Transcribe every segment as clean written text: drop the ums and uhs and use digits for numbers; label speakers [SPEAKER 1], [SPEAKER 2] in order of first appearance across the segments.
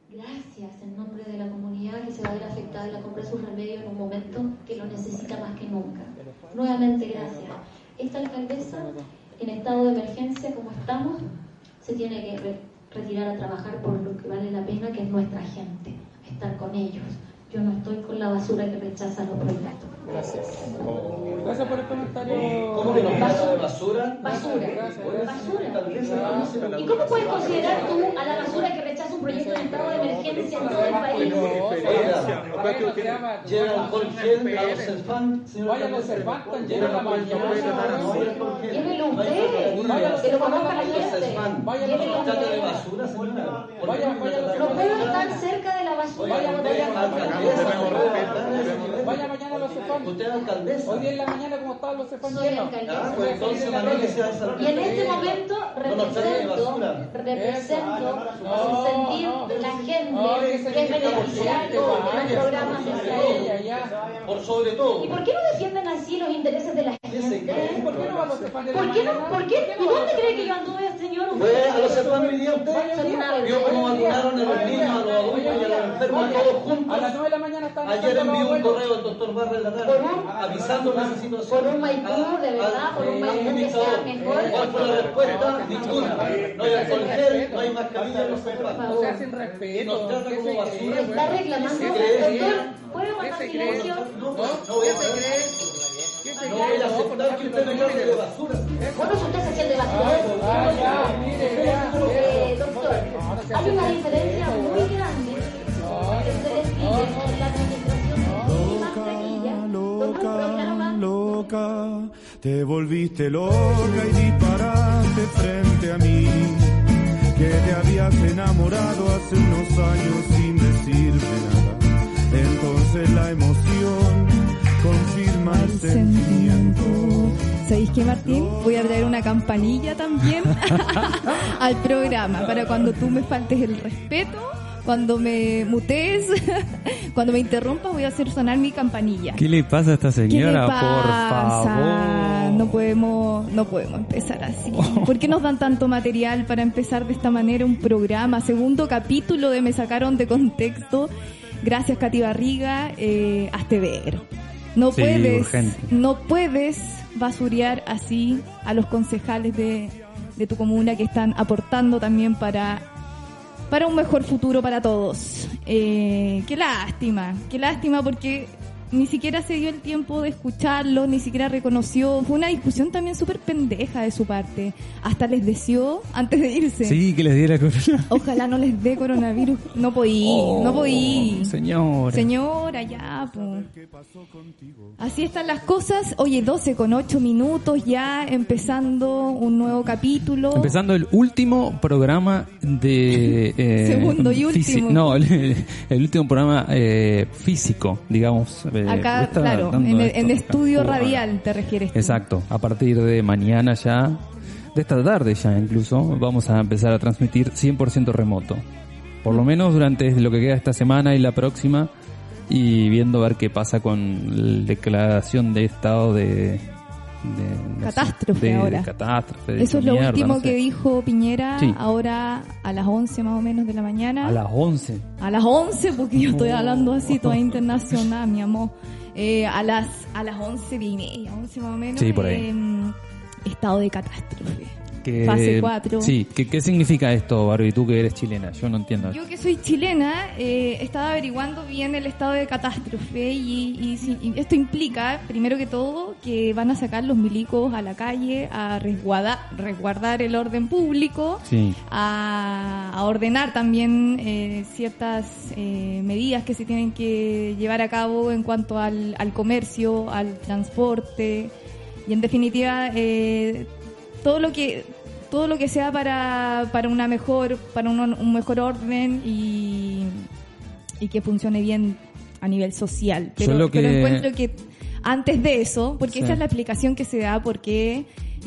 [SPEAKER 1] gracias en nombre de la comunidad que se va a ver afectada en la compra de sus remedios en un momento que lo necesita más que nunca. Nuevamente, gracias. Esta alcaldesa, en estado de emergencia como estamos, se tiene que retirar a trabajar por lo que vale la pena, que es nuestra gente, estar con ellos. Yo no estoy con la basura que rechaza los proyectos.
[SPEAKER 2] Gracias. Gracias por el comentario.
[SPEAKER 3] ¿Cómo que nos pasa de basura?
[SPEAKER 1] Basura. ¿Y cómo puedes considerar tú a la basura que rechaza un proyecto en estado de emergencia en todo el país?
[SPEAKER 3] Llega alcohol gel a los Serfán.
[SPEAKER 2] Vaya a los Serfán, llegan la mañana.
[SPEAKER 1] Llévelo usted, que lo conozca la gente.
[SPEAKER 3] Vaya de basura, señora.
[SPEAKER 1] No puedo estar cerca de la basura.
[SPEAKER 2] Vaya mañana a los Cefán.
[SPEAKER 3] Usted es alcaldesa.
[SPEAKER 2] Hoy día en la mañana, como estaban los Cefán
[SPEAKER 1] Soy
[SPEAKER 2] llenos.
[SPEAKER 1] alcaldesa.
[SPEAKER 3] Pues entonces mañana que sea esa.
[SPEAKER 1] Y en este momento represento el sentir de la gente que es beneficiario de los programas de salud.
[SPEAKER 3] Por sobre todo.
[SPEAKER 1] ¿Y por qué no defienden así los intereses de la gente?
[SPEAKER 2] ¿Por qué no va a los Cefán de la
[SPEAKER 1] ¿Por qué no?
[SPEAKER 2] mañana?
[SPEAKER 1] ¿Por qué? ¿Y dónde cree que yo anduve, señor?
[SPEAKER 3] ¿Fue a los Serfán hoy día usted? ¿Vio cómo vacunaron a los niños, a los adultos y a los enfermos, todos juntos?
[SPEAKER 2] A las 9 de la mañana están.
[SPEAKER 3] Ayer envió un correo al doctor Barra en la tarde avisando de esa situación.
[SPEAKER 1] Por un Maipú, de verdad, por un Maipú que sea mejor.
[SPEAKER 3] ¿Cuál fue la respuesta? Ninguna. No hay alcohol gel, no hay mascarilla en los Serfán.
[SPEAKER 2] No se hacen respeto.
[SPEAKER 3] Y nos trata como basura.
[SPEAKER 1] Está reclamando, doctor, ¿puede guardar silencio?
[SPEAKER 3] No voy a aceptar que usted me hable de basura.
[SPEAKER 1] Bueno, si usted se siente basura. Doctor, hay una diferencia muy grande que ustedes piden la administración de mascarilla con un programa.
[SPEAKER 4] Loca, te volviste loca y disparaste frente a mí, que te habías enamorado hace unos años sin decirme nada. Entonces la emoción confirma el sentimiento.
[SPEAKER 5] ¿Sabéis qué, Martín? Voy a traer una campanilla también al programa para cuando tú me faltes el respeto, cuando me mutees, cuando me interrumpas, voy a hacer sonar mi campanilla.
[SPEAKER 6] ¿Qué le pasa a esta señora?
[SPEAKER 5] ¿Qué le pasa?
[SPEAKER 6] Por favor.
[SPEAKER 5] No podemos empezar así. ¿Por qué nos dan tanto material para empezar de esta manera un programa? Segundo capítulo de Me Sacaron de Contexto. Gracias, Katy Barriga. Hazte ver. No puedes basurear así a los concejales de tu comuna que están aportando también para un mejor futuro para todos. Qué lástima porque ni siquiera se dio el tiempo de escucharlo, ni siquiera reconoció. Fue una discusión también súper pendeja de su parte. Hasta les deseó antes de irse.
[SPEAKER 6] Sí, que les diera corona.
[SPEAKER 5] Ojalá no les dé coronavirus. No podí. Señora, ya, po. Así están las cosas. Oye, 12:08 ya, empezando un nuevo capítulo.
[SPEAKER 6] Empezando el último programa de...
[SPEAKER 5] Segundo y último.
[SPEAKER 6] No, el último programa físico, digamos.
[SPEAKER 5] Acá, claro, en estudio radial te refieres tú.
[SPEAKER 6] Exacto, a partir de mañana ya, de esta tarde ya incluso, vamos a empezar a transmitir 100% remoto. Por lo menos durante lo que queda esta semana y la próxima, y viendo a ver qué pasa con la declaración de estado de
[SPEAKER 5] catástrofe ahora. Eso es lo último que dijo Piñera, sí. Ahora a las 11 más o menos de la mañana.
[SPEAKER 6] A las 11.
[SPEAKER 5] A las 11, porque yo estoy hablando así toda internacional, mi amor. A las 11:30, 11 más o menos.
[SPEAKER 6] Sí, por ahí.
[SPEAKER 5] Estado de catástrofe. Fase 4.
[SPEAKER 6] Sí, ¿qué significa esto, Barbie? Tú que eres chilena, yo no entiendo.
[SPEAKER 5] Yo que soy chilena, estaba averiguando bien el estado de catástrofe y esto implica, primero que todo, que van a sacar los milicos a la calle a resguardar el orden público,
[SPEAKER 6] sí.
[SPEAKER 5] a ordenar también ciertas medidas que se tienen que llevar a cabo en cuanto al comercio, al transporte y en definitiva todo lo que sea para un mejor orden y que funcione bien a nivel social. Pero encuentro que antes de eso, porque esa es la explicación que se da porque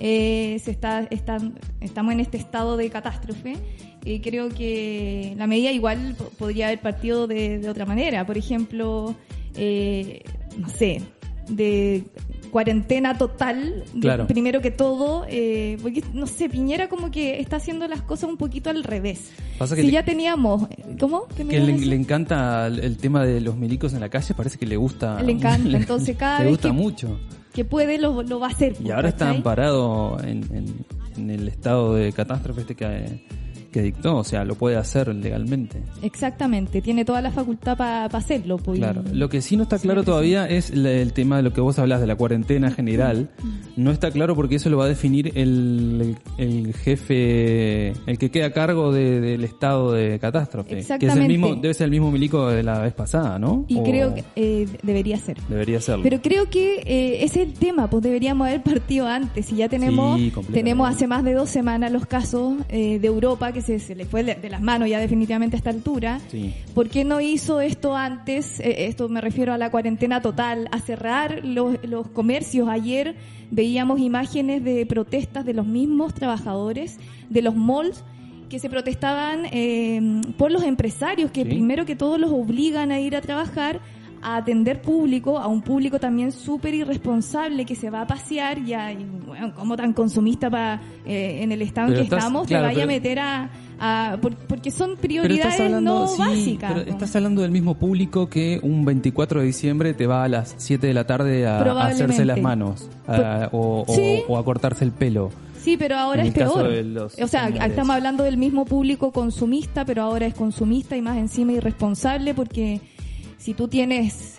[SPEAKER 5] estamos en este estado de catástrofe, creo que la medida igual podría haber partido de otra manera. Por ejemplo, no sé, de cuarentena total,
[SPEAKER 6] Claro.
[SPEAKER 5] primero que todo, porque no sé, Piñera como que está haciendo las cosas un poquito al revés.
[SPEAKER 6] Pasa que
[SPEAKER 5] Si
[SPEAKER 6] le-
[SPEAKER 5] ya teníamos, ¿cómo? ¿Qué me
[SPEAKER 6] Que
[SPEAKER 5] ibas a
[SPEAKER 6] le
[SPEAKER 5] decir?
[SPEAKER 6] encanta el tema de los milicos en la calle, parece que le gusta.
[SPEAKER 5] Le encanta, entonces cada
[SPEAKER 6] le
[SPEAKER 5] vez
[SPEAKER 6] gusta
[SPEAKER 5] que-
[SPEAKER 6] mucho.
[SPEAKER 5] Que puede lo va a hacer.
[SPEAKER 6] Y ahora está
[SPEAKER 5] ¿cachai?
[SPEAKER 6] amparado en el estado de catástrofe que dictó, o sea, lo puede hacer legalmente.
[SPEAKER 5] Exactamente, tiene toda la facultad para hacerlo. Pues,
[SPEAKER 6] Claro. Lo que sí no está
[SPEAKER 5] Sí,
[SPEAKER 6] claro
[SPEAKER 5] que
[SPEAKER 6] todavía es el tema de lo que vos hablas de la cuarentena general. No está claro porque eso lo va a definir el jefe, el que queda a cargo del estado de catástrofe. Que es el
[SPEAKER 5] Exactamente.
[SPEAKER 6] mismo, debe ser el mismo milico de la vez pasada, ¿no?
[SPEAKER 5] Y
[SPEAKER 6] O
[SPEAKER 5] creo que debería ser.
[SPEAKER 6] debería serlo.
[SPEAKER 5] Pero creo que ese es el tema, pues deberíamos haber partido antes. Y ya tenemos,
[SPEAKER 6] Sí, completamente.
[SPEAKER 5] tenemos hace más de 2 semanas los casos de Europa, que se le fue de las manos ya definitivamente a esta altura.
[SPEAKER 6] Sí.
[SPEAKER 5] ¿Por qué no hizo esto antes? Esto me refiero a la cuarentena total, a cerrar los comercios. Ayer veíamos imágenes de protestas de los mismos trabajadores de los malls que se protestaban por los empresarios que
[SPEAKER 6] Sí.
[SPEAKER 5] primero que todo los obligan a ir a trabajar, a atender público, a un público también súper irresponsable que se va a pasear y bueno, como tan consumista en el estado en
[SPEAKER 6] Pero
[SPEAKER 5] que estamos,
[SPEAKER 6] claro,
[SPEAKER 5] te vaya a
[SPEAKER 6] pero-
[SPEAKER 5] meter porque son
[SPEAKER 6] Pero
[SPEAKER 5] prioridades
[SPEAKER 6] estás hablando,
[SPEAKER 5] no
[SPEAKER 6] sí,
[SPEAKER 5] básicas.
[SPEAKER 6] pero
[SPEAKER 5] ¿no?
[SPEAKER 6] estás hablando del mismo público que un 24 de diciembre te va a las 7 de la tarde a
[SPEAKER 5] Probablemente.
[SPEAKER 6] hacerse las manos o
[SPEAKER 5] Sí.
[SPEAKER 6] a cortarse el pelo.
[SPEAKER 5] Sí, pero ahora
[SPEAKER 6] En
[SPEAKER 5] es
[SPEAKER 6] el caso
[SPEAKER 5] peor.
[SPEAKER 6] de los
[SPEAKER 5] O sea,
[SPEAKER 6] señores.
[SPEAKER 5] estamos hablando del mismo público consumista, pero ahora es consumista y más encima irresponsable porque si tú tienes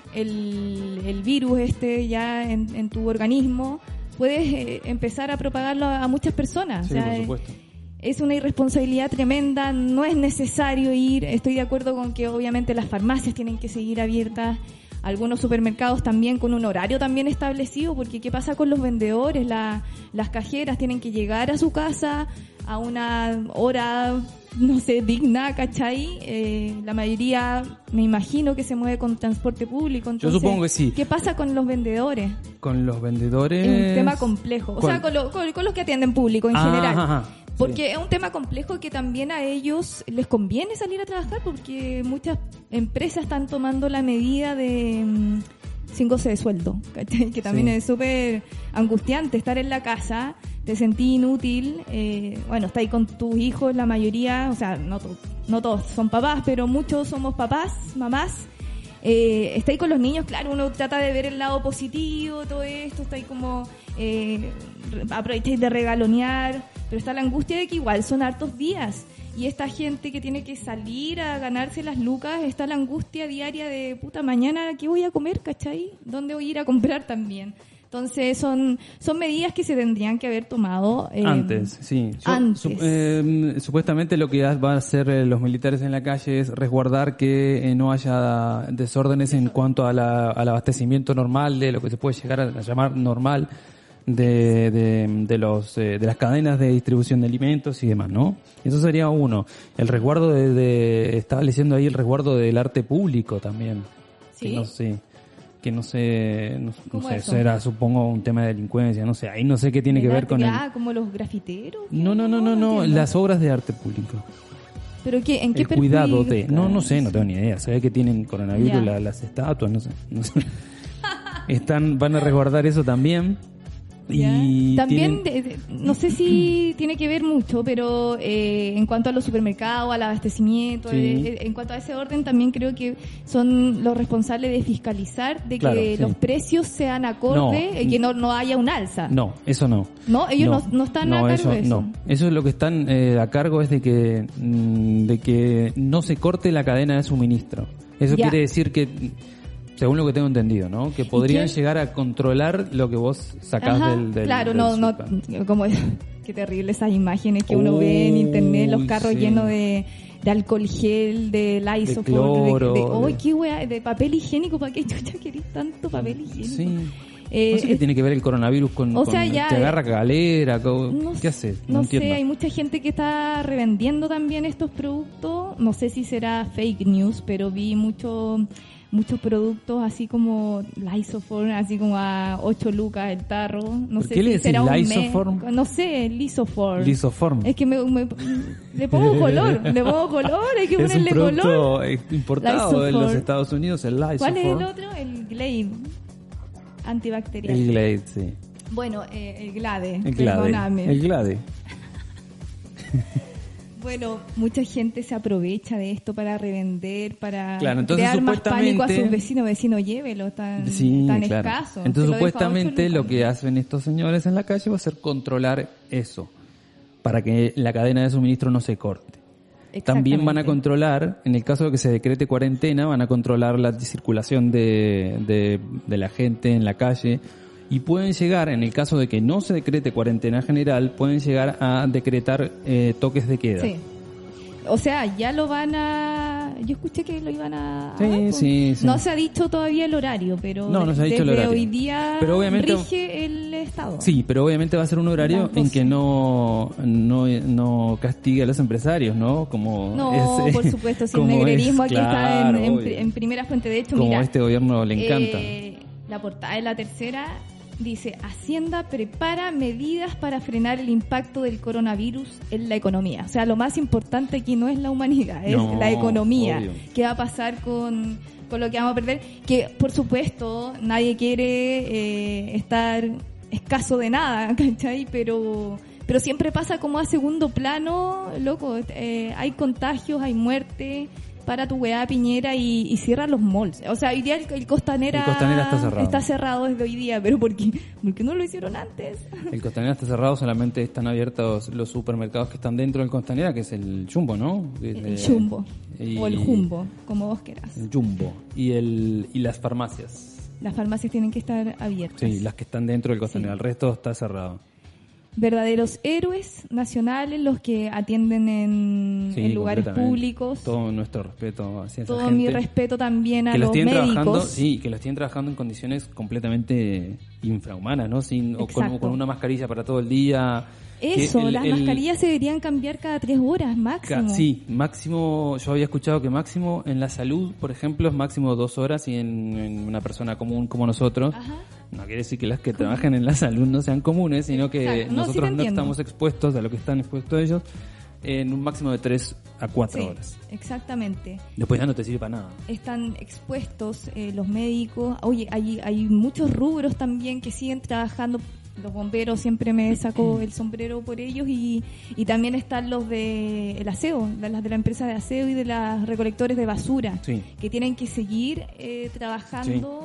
[SPEAKER 5] el virus ya en tu organismo, puedes empezar a propagarlo a muchas personas.
[SPEAKER 6] Sí,
[SPEAKER 5] o sea,
[SPEAKER 6] por supuesto.
[SPEAKER 5] es una irresponsabilidad tremenda, no es necesario ir. Estoy de acuerdo con que obviamente las farmacias tienen que seguir abiertas, algunos supermercados también con un horario también establecido, porque ¿qué pasa con los vendedores? Las cajeras tienen que llegar a su casa a una hora, no sé, digna, ¿cachai? La mayoría, me imagino que se mueve con transporte público. Entonces,
[SPEAKER 6] supongo que sí.
[SPEAKER 5] ¿Qué pasa con los vendedores?
[SPEAKER 6] Con los vendedores...
[SPEAKER 5] Es un tema complejo. O sea, con los que atienden público en general.
[SPEAKER 6] Ajá,
[SPEAKER 5] Porque
[SPEAKER 6] sí.
[SPEAKER 5] es un tema complejo que también a ellos les conviene salir a trabajar porque muchas empresas están tomando la medida de sin goce de sueldo, ¿cachai? Que también
[SPEAKER 6] Sí.
[SPEAKER 5] es súper angustiante estar en la casa, te sentí inútil, bueno, está ahí con tus hijos la mayoría, o sea, no todos son papás, pero muchos somos papás, mamás. Está ahí con los niños, claro, uno trata de ver el lado positivo, todo esto, está ahí como aprovecháis de regalonear, pero está la angustia de que igual son hartos días y esta gente que tiene que salir a ganarse las lucas, está la angustia diaria de puta, mañana ¿qué voy a comer? ¿Cachai? ¿Dónde voy a ir a comprar también? Entonces son medidas que se tendrían que haber tomado
[SPEAKER 6] Antes, sí.
[SPEAKER 5] Antes.
[SPEAKER 6] Supuestamente lo que van a hacer los militares en la calle es resguardar que no haya desórdenes en cuanto al abastecimiento normal de lo que se puede llegar a llamar normal de las cadenas de distribución de alimentos y demás, ¿no? Eso sería uno. El resguardo estaba leyendo ahí el resguardo del arte público también.
[SPEAKER 5] ¿Sí?
[SPEAKER 6] Que no sé,
[SPEAKER 5] ¿Cómo
[SPEAKER 6] eso
[SPEAKER 5] eso?
[SPEAKER 6] era, supongo, un tema de delincuencia, no sé, ahí no sé qué tiene que ver con
[SPEAKER 5] como los grafiteros.
[SPEAKER 6] No,
[SPEAKER 5] entiendo.
[SPEAKER 6] las obras de arte público.
[SPEAKER 5] ¿Pero ¿en qué
[SPEAKER 6] El cuidado
[SPEAKER 5] perjudica?
[SPEAKER 6] no sé, no tengo ni idea, se ve que tienen coronavirus
[SPEAKER 5] Ya.
[SPEAKER 6] las estatuas, no sé. Van a resguardar eso también.
[SPEAKER 5] Ya.
[SPEAKER 6] Y
[SPEAKER 5] También,
[SPEAKER 6] tienen-
[SPEAKER 5] no sé si tiene que ver mucho, pero en cuanto a los supermercados, al abastecimiento,
[SPEAKER 6] Sí.
[SPEAKER 5] en cuanto a ese orden, también creo que son los responsables de fiscalizar de
[SPEAKER 6] Claro,
[SPEAKER 5] que
[SPEAKER 6] sí.
[SPEAKER 5] los precios sean acordes,
[SPEAKER 6] No.
[SPEAKER 5] que no haya un alza.
[SPEAKER 6] No, eso no.
[SPEAKER 5] ¿No? Ellos no están a cargo de eso.
[SPEAKER 6] No, eso es lo que están a cargo es de que no se corte la cadena de suministro. Eso
[SPEAKER 5] Ya.
[SPEAKER 6] quiere decir que, según lo que tengo entendido, ¿no? Que podrían
[SPEAKER 5] qué?
[SPEAKER 6] llegar a controlar lo que vos sacás
[SPEAKER 5] Ajá,
[SPEAKER 6] del
[SPEAKER 5] claro,
[SPEAKER 6] del
[SPEAKER 5] no,
[SPEAKER 6] súper.
[SPEAKER 5] como qué terrible esas imágenes que uno ve en internet, los
[SPEAKER 6] Uy,
[SPEAKER 5] carros
[SPEAKER 6] sí.
[SPEAKER 5] llenos de alcohol gel, de Lysol,
[SPEAKER 6] cloro,
[SPEAKER 5] ¡ay, qué wea! De papel higiénico, ¿para qué chucha querés tanto papel higiénico?
[SPEAKER 6] Sí. No sé qué tiene que ver el coronavirus con,
[SPEAKER 5] o sea, ya,
[SPEAKER 6] te agarra galera,
[SPEAKER 5] no
[SPEAKER 6] ¿qué haces?
[SPEAKER 5] No
[SPEAKER 6] entiendo.
[SPEAKER 5] sé, hay mucha gente que está revendiendo también estos productos, no sé si será fake news, pero vi muchos productos así como Lysoform, así como a 8 lucas el tarro, no
[SPEAKER 6] ¿Por
[SPEAKER 5] sé
[SPEAKER 6] qué le
[SPEAKER 5] si
[SPEAKER 6] decís
[SPEAKER 5] será un
[SPEAKER 6] Lysoform?
[SPEAKER 5] no sé, Lysoform.
[SPEAKER 6] Lysoform.
[SPEAKER 5] Es que le pongo color, hay que
[SPEAKER 6] Es un
[SPEAKER 5] ponerle
[SPEAKER 6] producto
[SPEAKER 5] color.
[SPEAKER 6] importado de los
[SPEAKER 5] Lysoform.
[SPEAKER 6] Estados Unidos, el Lysoform.
[SPEAKER 5] ¿Cuál es el otro? El Glade. antibacterial.
[SPEAKER 6] El Glade, sí.
[SPEAKER 5] Bueno, el Glade.
[SPEAKER 6] El Glade.
[SPEAKER 5] Perdóname.
[SPEAKER 6] El Glade.
[SPEAKER 5] Bueno, mucha gente se aprovecha de esto para revender, para
[SPEAKER 6] Claro, entonces,
[SPEAKER 5] crear más pánico a sus
[SPEAKER 6] supuestamente-
[SPEAKER 5] vecinos, llévelo, tan
[SPEAKER 6] Sí, claro.
[SPEAKER 5] escaso.
[SPEAKER 6] Entonces
[SPEAKER 5] Te lo dejo a
[SPEAKER 6] supuestamente
[SPEAKER 5] 8
[SPEAKER 6] lo
[SPEAKER 5] lucas.
[SPEAKER 6] que hacen estos señores en la calle va a ser controlar eso, para que la cadena de suministro no se corte. También van a
[SPEAKER 5] Exactamente.
[SPEAKER 6] controlar, en el caso de que se decrete cuarentena, van a controlar la circulación de la gente en la calle y pueden llegar, en el caso de que no se decrete cuarentena general, pueden llegar a decretar toques de queda.
[SPEAKER 5] Sí. O sea, ya lo van a... Yo escuché que lo iban a...
[SPEAKER 6] Sí,
[SPEAKER 5] dar, pues.
[SPEAKER 6] sí, sí.
[SPEAKER 5] No se ha dicho todavía el horario, pero
[SPEAKER 6] No, no se ha dicho el
[SPEAKER 5] desde
[SPEAKER 6] horario.
[SPEAKER 5] hoy día
[SPEAKER 6] Pero obviamente-
[SPEAKER 5] rige el Estado.
[SPEAKER 6] Sí, pero obviamente va a ser un horario
[SPEAKER 5] Las
[SPEAKER 6] en
[SPEAKER 5] 12.
[SPEAKER 6] que no castigue a los empresarios, ¿no? Como
[SPEAKER 5] No,
[SPEAKER 6] es,
[SPEAKER 5] por supuesto, si el
[SPEAKER 6] como
[SPEAKER 5] negrerismo
[SPEAKER 6] es,
[SPEAKER 5] aquí está
[SPEAKER 6] claro,
[SPEAKER 5] en
[SPEAKER 6] obvio.
[SPEAKER 5] primera fuente. De hecho,
[SPEAKER 6] Como
[SPEAKER 5] mira,
[SPEAKER 6] a este gobierno le encanta.
[SPEAKER 5] La portada de la tercera dice: Hacienda prepara medidas para frenar el impacto del coronavirus en la economía. O sea, lo más importante aquí no es la humanidad, es
[SPEAKER 6] No,
[SPEAKER 5] la economía.
[SPEAKER 6] obvio.
[SPEAKER 5] ¿Qué va a pasar con lo que vamos a perder? Que, por supuesto, nadie quiere estar escaso de nada, ¿cachai? Pero siempre pasa como a segundo plano, loco. Hay contagios, hay muerte. Para tu weá, Piñera, y cierra los malls. O sea, hoy día el Costanera,
[SPEAKER 6] El Costanera está cerrado.
[SPEAKER 5] desde hoy día, pero ¿por qué no lo hicieron antes?
[SPEAKER 6] El Costanera está cerrado, solamente están abiertos los supermercados que están dentro del Costanera, que es el Jumbo, ¿no?
[SPEAKER 5] El Jumbo,
[SPEAKER 6] y-
[SPEAKER 5] o el Jumbo, como vos querás.
[SPEAKER 6] El Jumbo. Y las farmacias.
[SPEAKER 5] Las farmacias tienen que estar abiertas.
[SPEAKER 6] Sí, las que están dentro del Costanera.
[SPEAKER 5] Sí.
[SPEAKER 6] El resto está cerrado.
[SPEAKER 5] Verdaderos héroes nacionales, los que atienden en
[SPEAKER 6] Sí,
[SPEAKER 5] lugares
[SPEAKER 6] completamente.
[SPEAKER 5] públicos.
[SPEAKER 6] Todo nuestro respeto hacia esa
[SPEAKER 5] Todo
[SPEAKER 6] gente.
[SPEAKER 5] mi respeto también a
[SPEAKER 6] Que lo
[SPEAKER 5] los
[SPEAKER 6] estén trabajando,
[SPEAKER 5] médicos.
[SPEAKER 6] sí, que lo estén trabajando en condiciones completamente infrahumanas, ¿no? O
[SPEAKER 5] Exacto.
[SPEAKER 6] con una mascarilla para todo el día.
[SPEAKER 5] Eso,
[SPEAKER 6] Que
[SPEAKER 5] las mascarillas se deberían cambiar cada 3 horas máximo.
[SPEAKER 6] Sí, máximo, yo había escuchado que máximo en la salud, por ejemplo, es máximo 2 horas y en una persona común como nosotros,
[SPEAKER 5] Ajá.
[SPEAKER 6] no quiere decir que las que trabajan en la salud no sean comunes, sino que
[SPEAKER 5] Exacto. No, sí te
[SPEAKER 6] nosotros no
[SPEAKER 5] entiendo.
[SPEAKER 6] estamos expuestos a lo que están expuestos ellos en un máximo de 3 a 4
[SPEAKER 5] Sí,
[SPEAKER 6] horas.
[SPEAKER 5] exactamente.
[SPEAKER 6] Después ya no te sirve para nada.
[SPEAKER 5] Están expuestos los médicos. Oye, hay muchos rubros también que siguen trabajando. Los bomberos, siempre me saco el sombrero por ellos, y también están los de el aseo, las de la empresa de aseo y de las recolectores de basura,
[SPEAKER 6] Sí.
[SPEAKER 5] que tienen que seguir trabajando,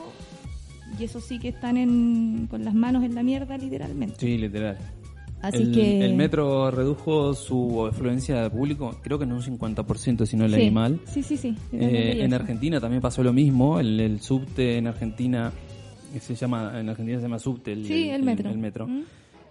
[SPEAKER 5] y eso sí que están con las manos en la mierda, literalmente.
[SPEAKER 6] Sí, literal.
[SPEAKER 5] Así que
[SPEAKER 6] El metro redujo su afluencia de público, creo que en un 50%, si no leí mal.
[SPEAKER 5] Sí.
[SPEAKER 6] En Argentina también pasó lo mismo. El subte en Argentina en Argentina se llama subte.
[SPEAKER 5] el metro.
[SPEAKER 6] El metro.
[SPEAKER 5] ¿Mm?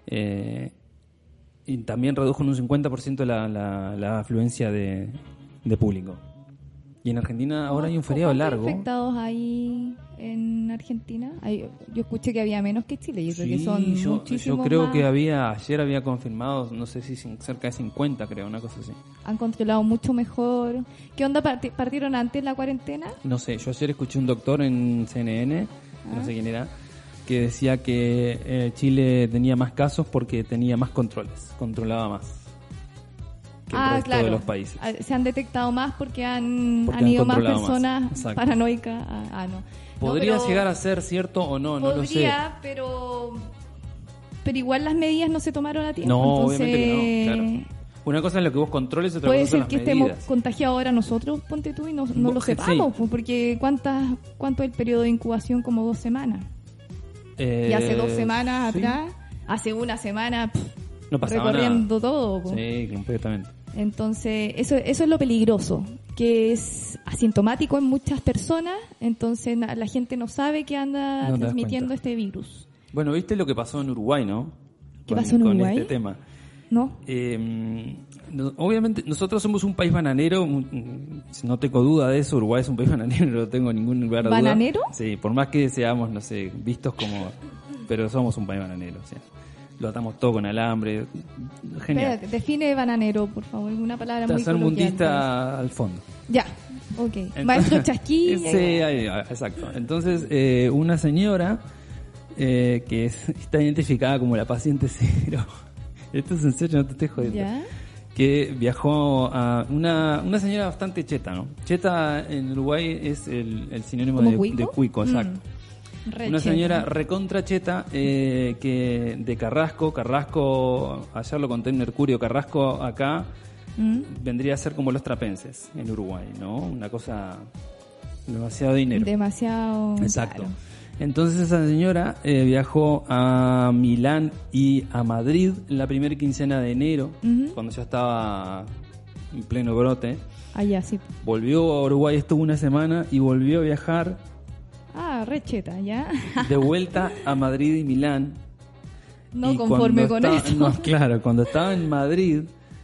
[SPEAKER 6] Y también redujo en un 50% la afluencia de público. Y en Argentina ahora hay un feriado
[SPEAKER 5] ¿Cuántos
[SPEAKER 6] largo.
[SPEAKER 5] infectados hay en Argentina? Yo escuché que había menos que Chile. Yo creo que son
[SPEAKER 6] yo
[SPEAKER 5] muchísimos
[SPEAKER 6] creo
[SPEAKER 5] más.
[SPEAKER 6] que ayer había confirmado, no sé si cerca de 50, creo, una cosa así.
[SPEAKER 5] Han controlado mucho mejor. ¿Qué onda? ¿Partieron antes la cuarentena?
[SPEAKER 6] No sé, yo ayer escuché un doctor en CNN, no sé quién era, que decía que Chile tenía más casos porque tenía más controlaba más que el resto de los países.
[SPEAKER 5] Se han detectado más porque han
[SPEAKER 6] Porque han
[SPEAKER 5] ido más
[SPEAKER 6] controlado más.
[SPEAKER 5] personas
[SPEAKER 6] Exacto.
[SPEAKER 5] paranoicas. No.
[SPEAKER 6] Podría
[SPEAKER 5] No, pero
[SPEAKER 6] llegar a ser cierto o no, no lo sé.
[SPEAKER 5] podría, pero igual las medidas no se tomaron a tiempo.
[SPEAKER 6] No,
[SPEAKER 5] entonces,
[SPEAKER 6] obviamente que no, claro. Una cosa es lo que vos controles, otra
[SPEAKER 5] puede
[SPEAKER 6] cosa son
[SPEAKER 5] ser
[SPEAKER 6] las
[SPEAKER 5] que
[SPEAKER 6] medidas.
[SPEAKER 5] estemos contagiados ahora nosotros, ponte tú, y no lo
[SPEAKER 6] Vos,
[SPEAKER 5] sepamos,
[SPEAKER 6] sí.
[SPEAKER 5] pues, porque ¿cuánto es el periodo de incubación? Como 2 semanas. Y hace 2 semanas
[SPEAKER 6] sí.
[SPEAKER 5] atrás, hace una semana,
[SPEAKER 6] No pasaba
[SPEAKER 5] recorriendo todo.
[SPEAKER 6] nada.
[SPEAKER 5] po.
[SPEAKER 6] Sí, completamente.
[SPEAKER 5] Entonces, eso es lo peligroso, que es asintomático en muchas personas, entonces la gente no sabe que anda
[SPEAKER 6] No te das
[SPEAKER 5] transmitiendo
[SPEAKER 6] cuenta.
[SPEAKER 5] este virus.
[SPEAKER 6] Bueno, viste lo que pasó en Uruguay, ¿no?
[SPEAKER 5] ¿Qué pasó en Uruguay?
[SPEAKER 6] Con este tema.
[SPEAKER 5] ¿No?
[SPEAKER 6] Obviamente nosotros somos un país bananero, no tengo duda de eso. Uruguay es un país bananero, no tengo ningún lugar de duda.
[SPEAKER 5] ¿Bananero?
[SPEAKER 6] Sí, por más que seamos, no sé, vistos como... Pero somos un país bananero, o sea, lo atamos todo con alambre, genial.
[SPEAKER 5] Espérate, define bananero, por favor, una palabra muy coloquial.
[SPEAKER 6] Tercermundista al fondo.
[SPEAKER 5] Ya, ok.
[SPEAKER 6] Entonces-
[SPEAKER 5] Maestro Chasquín.
[SPEAKER 6] Sí, exacto. Entonces, una señora que está identificada como la paciente cero. Esto es en serio, no te estoy jodiendo.
[SPEAKER 5] ¿Ya?
[SPEAKER 6] Que viajó a una señora bastante cheta, ¿no? Cheta en Uruguay es el sinónimo
[SPEAKER 5] ¿Como
[SPEAKER 6] de
[SPEAKER 5] cuico?
[SPEAKER 6] cuico, exacto. Una señora recontracheta que de Carrasco, ayer lo conté en Mercurio, Carrasco acá vendría a ser como los trapenses en Uruguay, ¿no? Una cosa, demasiado dinero.
[SPEAKER 5] Demasiado.
[SPEAKER 6] Exacto.
[SPEAKER 5] Claro.
[SPEAKER 6] Entonces esa señora viajó a Milán y a Madrid en la primera quincena de enero, cuando ya estaba en pleno brote.
[SPEAKER 5] Allá sí.
[SPEAKER 6] Volvió a Uruguay, estuvo una semana y volvió a viajar.
[SPEAKER 5] Recheta, ¿ya?
[SPEAKER 6] De vuelta a Madrid y Milán.
[SPEAKER 5] No
[SPEAKER 6] y
[SPEAKER 5] conforme con eso.
[SPEAKER 6] No, claro, cuando estaba en Madrid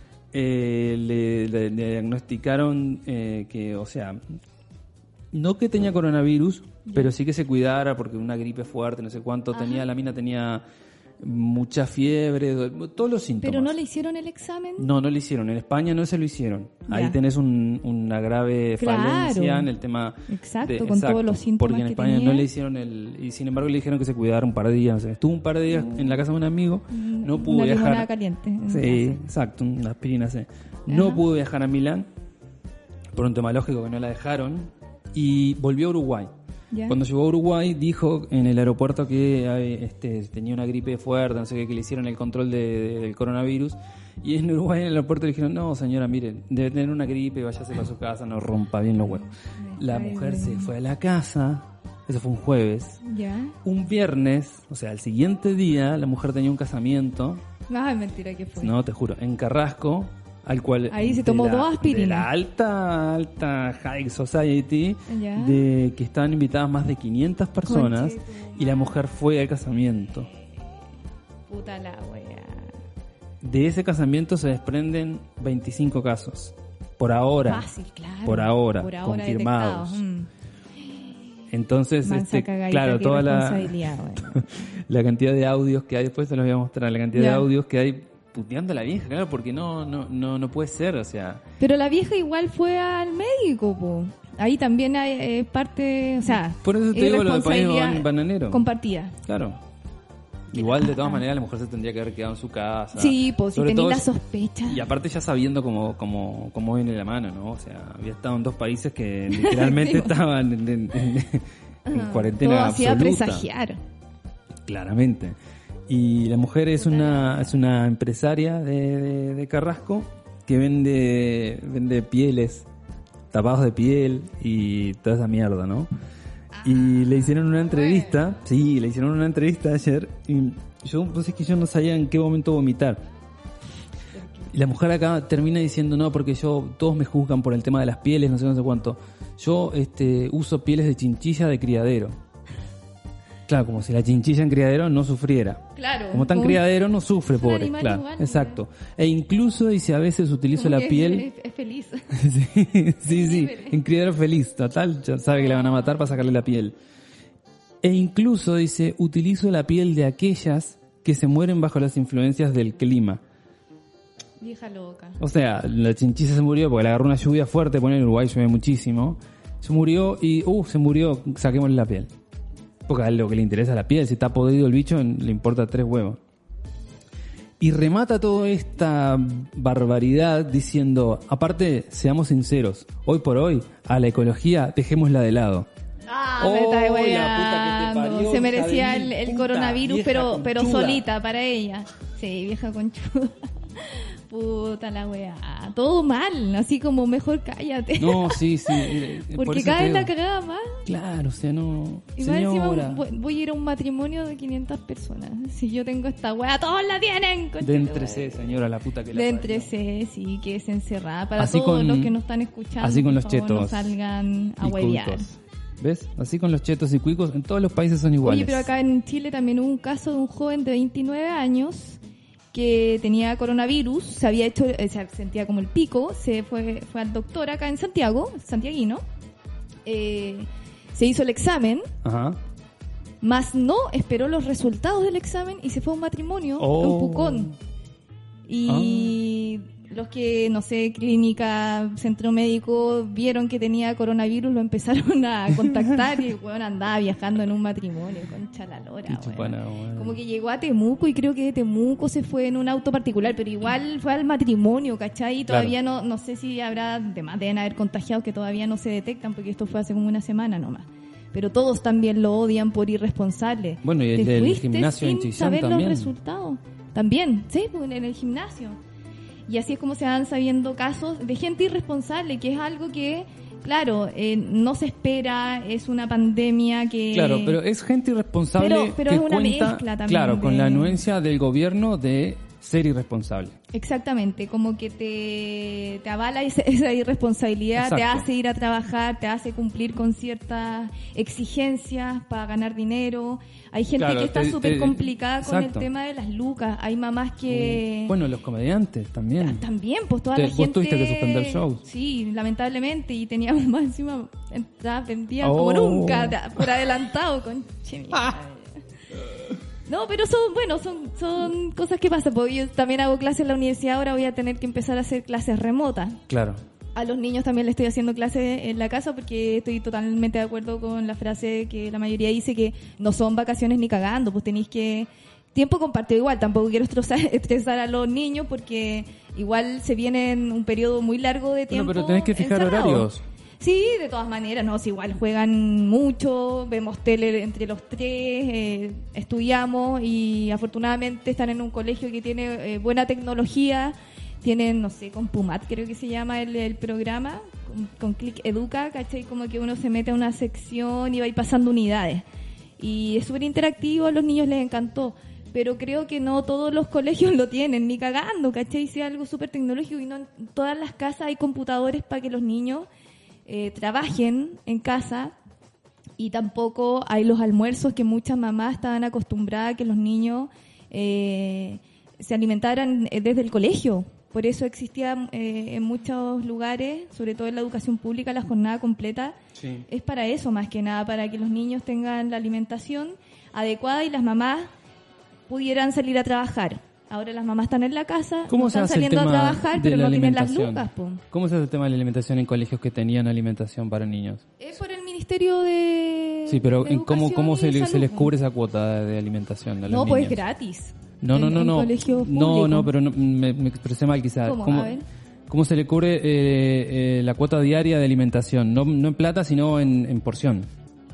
[SPEAKER 6] le diagnosticaron que, o sea, no que tenía coronavirus, pero sí que se cuidara porque una gripe fuerte, no sé cuánto tenía, la mina tenía mucha fiebre, todos los síntomas.
[SPEAKER 5] ¿Pero no le hicieron el examen?
[SPEAKER 6] No le hicieron. En España no se lo hicieron.
[SPEAKER 5] Ya.
[SPEAKER 6] Ahí tenés una grave falencia en el tema.
[SPEAKER 5] Exacto, con todos los síntomas
[SPEAKER 6] porque en
[SPEAKER 5] que
[SPEAKER 6] España
[SPEAKER 5] tenía.
[SPEAKER 6] no le hicieron y sin embargo le dijeron que se cuidara un par de días. O sea, estuvo un par de días en la casa de un amigo, no pudo
[SPEAKER 5] una
[SPEAKER 6] viajar.
[SPEAKER 5] limonada caliente.
[SPEAKER 6] Sí, exacto, una aspirina C. No pudo viajar a Milán por un tema lógico que no la dejaron y volvió a Uruguay.
[SPEAKER 5] ¿Ya?
[SPEAKER 6] Cuando llegó a Uruguay dijo en el aeropuerto que tenía una gripe fuerte, no sé qué, que le hicieron el control del coronavirus. Y en Uruguay en el aeropuerto le dijeron, no señora, miren, debe tener una gripe, váyase para su casa, no rompa bien los huevos. La mujer se fue a la casa, eso fue un jueves.
[SPEAKER 5] ¿Ya?
[SPEAKER 6] Un viernes, o sea, al siguiente día, la mujer tenía un casamiento.
[SPEAKER 5] Ay, mentira que fue.
[SPEAKER 6] No, te juro, en Carrasco, al cual
[SPEAKER 5] Ahí se tomó 2 aspirinas.
[SPEAKER 6] de la alta high society,
[SPEAKER 5] Ya.
[SPEAKER 6] de que estaban invitadas más de 500 personas y la mujer fue al casamiento.
[SPEAKER 5] Puta la wea.
[SPEAKER 6] De ese casamiento se desprenden 25 casos. Por ahora.
[SPEAKER 5] Fácil, claro.
[SPEAKER 6] Por ahora,
[SPEAKER 5] detectados.
[SPEAKER 6] confirmados. Entonces,
[SPEAKER 5] Mansa cagadita,
[SPEAKER 6] claro,
[SPEAKER 5] qué
[SPEAKER 6] toda
[SPEAKER 5] responsabilidad, bueno.
[SPEAKER 6] la cantidad de audios que hay, después se los voy a mostrar, la cantidad de
[SPEAKER 5] Ya.
[SPEAKER 6] audios que hay puteando a la vieja, claro, porque no puede ser, o sea.
[SPEAKER 5] Pero la vieja igual fue al médico, po. Ahí también hay parte, o sea,
[SPEAKER 6] Por eso te digo lo del país
[SPEAKER 5] responsabilidad
[SPEAKER 6] bananero.
[SPEAKER 5] compartida.
[SPEAKER 6] Claro. Igual, de todas maneras, la mujer se tendría que haber quedado en su casa.
[SPEAKER 5] Sí, pues si
[SPEAKER 6] Sobre
[SPEAKER 5] tenés
[SPEAKER 6] todo,
[SPEAKER 5] la sospecha.
[SPEAKER 6] Y aparte ya sabiendo cómo viene la mano, ¿no? O sea, había estado en 2 países que literalmente estaban en cuarentena
[SPEAKER 5] Todo hacía
[SPEAKER 6] absoluta.
[SPEAKER 5] presagiar.
[SPEAKER 6] Claramente. Y la mujer es una empresaria de Carrasco que vende pieles, tapados de piel y toda esa mierda, ¿no? Y le hicieron una entrevista, ayer, y pues es que yo no sabía en qué momento vomitar. Y la mujer acá termina diciendo, no, porque todos me juzgan por el tema de las pieles, no sé cuánto. Yo uso pieles de chinchilla de criadero. Claro, como si la chinchilla en criadero no sufriera.
[SPEAKER 5] Claro.
[SPEAKER 6] Como está en criadero no sufre,
[SPEAKER 5] un
[SPEAKER 6] pobre.
[SPEAKER 5] animal
[SPEAKER 6] Claro,
[SPEAKER 5] igual,
[SPEAKER 6] exacto. E incluso dice, a veces utilizo
[SPEAKER 5] Como
[SPEAKER 6] la
[SPEAKER 5] que
[SPEAKER 6] piel.
[SPEAKER 5] Es feliz.
[SPEAKER 6] sí, en criadero feliz, total, ya sabe que le van a matar para sacarle la piel. E incluso dice, utilizo la piel de aquellas que se mueren bajo las influencias del clima.
[SPEAKER 5] Vieja loca.
[SPEAKER 6] O sea, la chinchilla se murió porque le agarró una lluvia fuerte, pone en Uruguay llueve muchísimo. Se murió y, se murió, saquémosle la piel. Porque a él lo que le interesa es la piel, si está podrido el bicho le importa 3 huevos. Y remata toda esta barbaridad diciendo, aparte, seamos sinceros, hoy por hoy, a la ecología dejémosla de lado.
[SPEAKER 5] Me está
[SPEAKER 6] la puta que te
[SPEAKER 5] hueveando.
[SPEAKER 6] parió,
[SPEAKER 5] Se merecía
[SPEAKER 6] hija de
[SPEAKER 5] el
[SPEAKER 6] puta,
[SPEAKER 5] coronavirus,
[SPEAKER 6] vieja
[SPEAKER 5] pero
[SPEAKER 6] conchuda.
[SPEAKER 5] solita para ella. Sí, vieja conchuda. Puta la weá. Todo mal, así como mejor cállate.
[SPEAKER 6] No, sí. por
[SPEAKER 5] Porque
[SPEAKER 6] eso
[SPEAKER 5] cada
[SPEAKER 6] te
[SPEAKER 5] vez la
[SPEAKER 6] digo.
[SPEAKER 5] cagaba más.
[SPEAKER 6] Claro, o sea, no.
[SPEAKER 5] Y más encima
[SPEAKER 6] Señora.
[SPEAKER 5] voy a ir a un matrimonio de 500 personas. Si yo tengo esta weá, todos la tienen. concha
[SPEAKER 6] De
[SPEAKER 5] tu
[SPEAKER 6] entre
[SPEAKER 5] madre.
[SPEAKER 6] señora, la puta que la
[SPEAKER 5] De
[SPEAKER 6] parió.
[SPEAKER 5] entre sí, que es encerrada. Para
[SPEAKER 6] Así
[SPEAKER 5] todos
[SPEAKER 6] con-
[SPEAKER 5] los que nos están escuchando,
[SPEAKER 6] así con
[SPEAKER 5] por
[SPEAKER 6] los
[SPEAKER 5] favor,
[SPEAKER 6] chetos
[SPEAKER 5] no salgan a
[SPEAKER 6] y
[SPEAKER 5] huevear.
[SPEAKER 6] cuicos. ¿Ves? Así con los chetos y cuicos, en todos los países son iguales.
[SPEAKER 5] Oye, pero acá en Chile también hubo un caso de un joven de 29 años que tenía coronavirus, se había hecho, se sentía como el pico, se fue al doctor acá en Santiago, santiaguino, se hizo el examen,
[SPEAKER 6] Ajá.
[SPEAKER 5] más no esperó los resultados del examen y se fue a un matrimonio en Pucón. Y los que, no sé, clínica, centro médico, vieron que tenía coronavirus, lo empezaron a contactar y el weón andaba viajando en un matrimonio, concha la lora,
[SPEAKER 6] Qué
[SPEAKER 5] weón.
[SPEAKER 6] chupana, weón.
[SPEAKER 5] Como que llegó a Temuco y creo que de Temuco se fue en un auto particular, pero igual fue al matrimonio, ¿cachai? Y todavía no sé si habrá, además deben haber contagiados que todavía no se detectan porque esto fue hace como una semana nomás. pero todos también lo odian por irresponsable.
[SPEAKER 6] Bueno, y el
[SPEAKER 5] Te
[SPEAKER 6] del
[SPEAKER 5] fuiste
[SPEAKER 6] gimnasio en
[SPEAKER 5] sin
[SPEAKER 6] Chillán
[SPEAKER 5] saber
[SPEAKER 6] también.
[SPEAKER 5] los resultados. También, sí, pues, en el gimnasio. Y así es como se van sabiendo casos de gente irresponsable, que es algo que, claro, no se espera, es una pandemia que...
[SPEAKER 6] Claro, pero es gente irresponsable
[SPEAKER 5] Pero
[SPEAKER 6] que
[SPEAKER 5] es una
[SPEAKER 6] cuenta,
[SPEAKER 5] mezcla también
[SPEAKER 6] claro, con
[SPEAKER 5] de-
[SPEAKER 6] la anuencia del gobierno de ser irresponsable.
[SPEAKER 5] Exactamente, como que te avala esa irresponsabilidad, te
[SPEAKER 6] Exacto.
[SPEAKER 5] hace ir a trabajar, te hace cumplir con ciertas exigencias para ganar dinero. Hay gente
[SPEAKER 6] Claro,
[SPEAKER 5] que está
[SPEAKER 6] te-
[SPEAKER 5] súper complicada con
[SPEAKER 6] exacto.
[SPEAKER 5] el tema de las lucas. Hay mamás que...
[SPEAKER 6] Bueno, los comediantes también.
[SPEAKER 5] También, pues toda
[SPEAKER 6] Te-
[SPEAKER 5] la
[SPEAKER 6] vos
[SPEAKER 5] gente...
[SPEAKER 6] tuviste que suspender shows.
[SPEAKER 5] Sí, lamentablemente, y teníamos más encima entradas vendidas
[SPEAKER 6] Oh.
[SPEAKER 5] como nunca, por adelantado, con No, pero son cosas que pasan, porque yo también hago clases en la universidad, ahora voy a tener que empezar a hacer clases remotas.
[SPEAKER 6] Claro.
[SPEAKER 5] A los niños también les estoy haciendo clases en la casa porque estoy totalmente de acuerdo con la frase que la mayoría dice que no son vacaciones ni cagando, pues tenéis que... Tiempo compartido igual, tampoco quiero estresar a los niños porque igual se viene en un periodo muy largo de tiempo.
[SPEAKER 6] Bueno, pero tenés que fijar
[SPEAKER 5] encerrados.
[SPEAKER 6] horarios.
[SPEAKER 5] Sí, de todas maneras, no, si igual juegan mucho, vemos tele entre los tres, estudiamos y afortunadamente están en un colegio que tiene buena tecnología, tienen, no sé, con Pumat creo que se llama el programa, con Click Educa, ¿cachai? Como que uno se mete a una sección y va a ir pasando unidades. Y es súper interactivo, a los niños les encantó. Pero creo que no todos los colegios lo tienen, ni cagando, ¿cachai? Si es algo súper tecnológico y no en todas las casas hay computadores para que los niños trabajen en casa, y tampoco hay los almuerzos que muchas mamás estaban acostumbradas a que los niños se alimentaran desde el colegio. Por eso existía en muchos lugares, sobre todo en la educación pública, la jornada completa.
[SPEAKER 6] Sí.
[SPEAKER 5] Es para eso más que nada, para que los niños tengan la alimentación adecuada y las mamás pudieran salir a trabajar. Ahora las mamás están en la casa,
[SPEAKER 6] ¿Cómo se
[SPEAKER 5] están
[SPEAKER 6] hace el
[SPEAKER 5] saliendo a
[SPEAKER 6] tema
[SPEAKER 5] trabajar,
[SPEAKER 6] de
[SPEAKER 5] pero
[SPEAKER 6] la
[SPEAKER 5] no tienen las
[SPEAKER 6] alimentación?
[SPEAKER 5] lucas, po.
[SPEAKER 6] ¿Cómo se hace el tema de la alimentación en colegios que tenían alimentación para niños?
[SPEAKER 5] Es por el Ministerio de
[SPEAKER 6] Sí, pero
[SPEAKER 5] de
[SPEAKER 6] ¿cómo
[SPEAKER 5] Educación
[SPEAKER 6] se,
[SPEAKER 5] y
[SPEAKER 6] se
[SPEAKER 5] Salud,
[SPEAKER 6] les
[SPEAKER 5] po.
[SPEAKER 6] cubre esa cuota de alimentación a los
[SPEAKER 5] No, pues es
[SPEAKER 6] niños?
[SPEAKER 5] gratis.
[SPEAKER 6] No,
[SPEAKER 5] En colegios públicos.
[SPEAKER 6] no, pero me expresé mal quizás.
[SPEAKER 5] ¿Cómo? A ver.
[SPEAKER 6] ¿Cómo se le cubre la cuota diaria de alimentación? No en plata, sino en porción.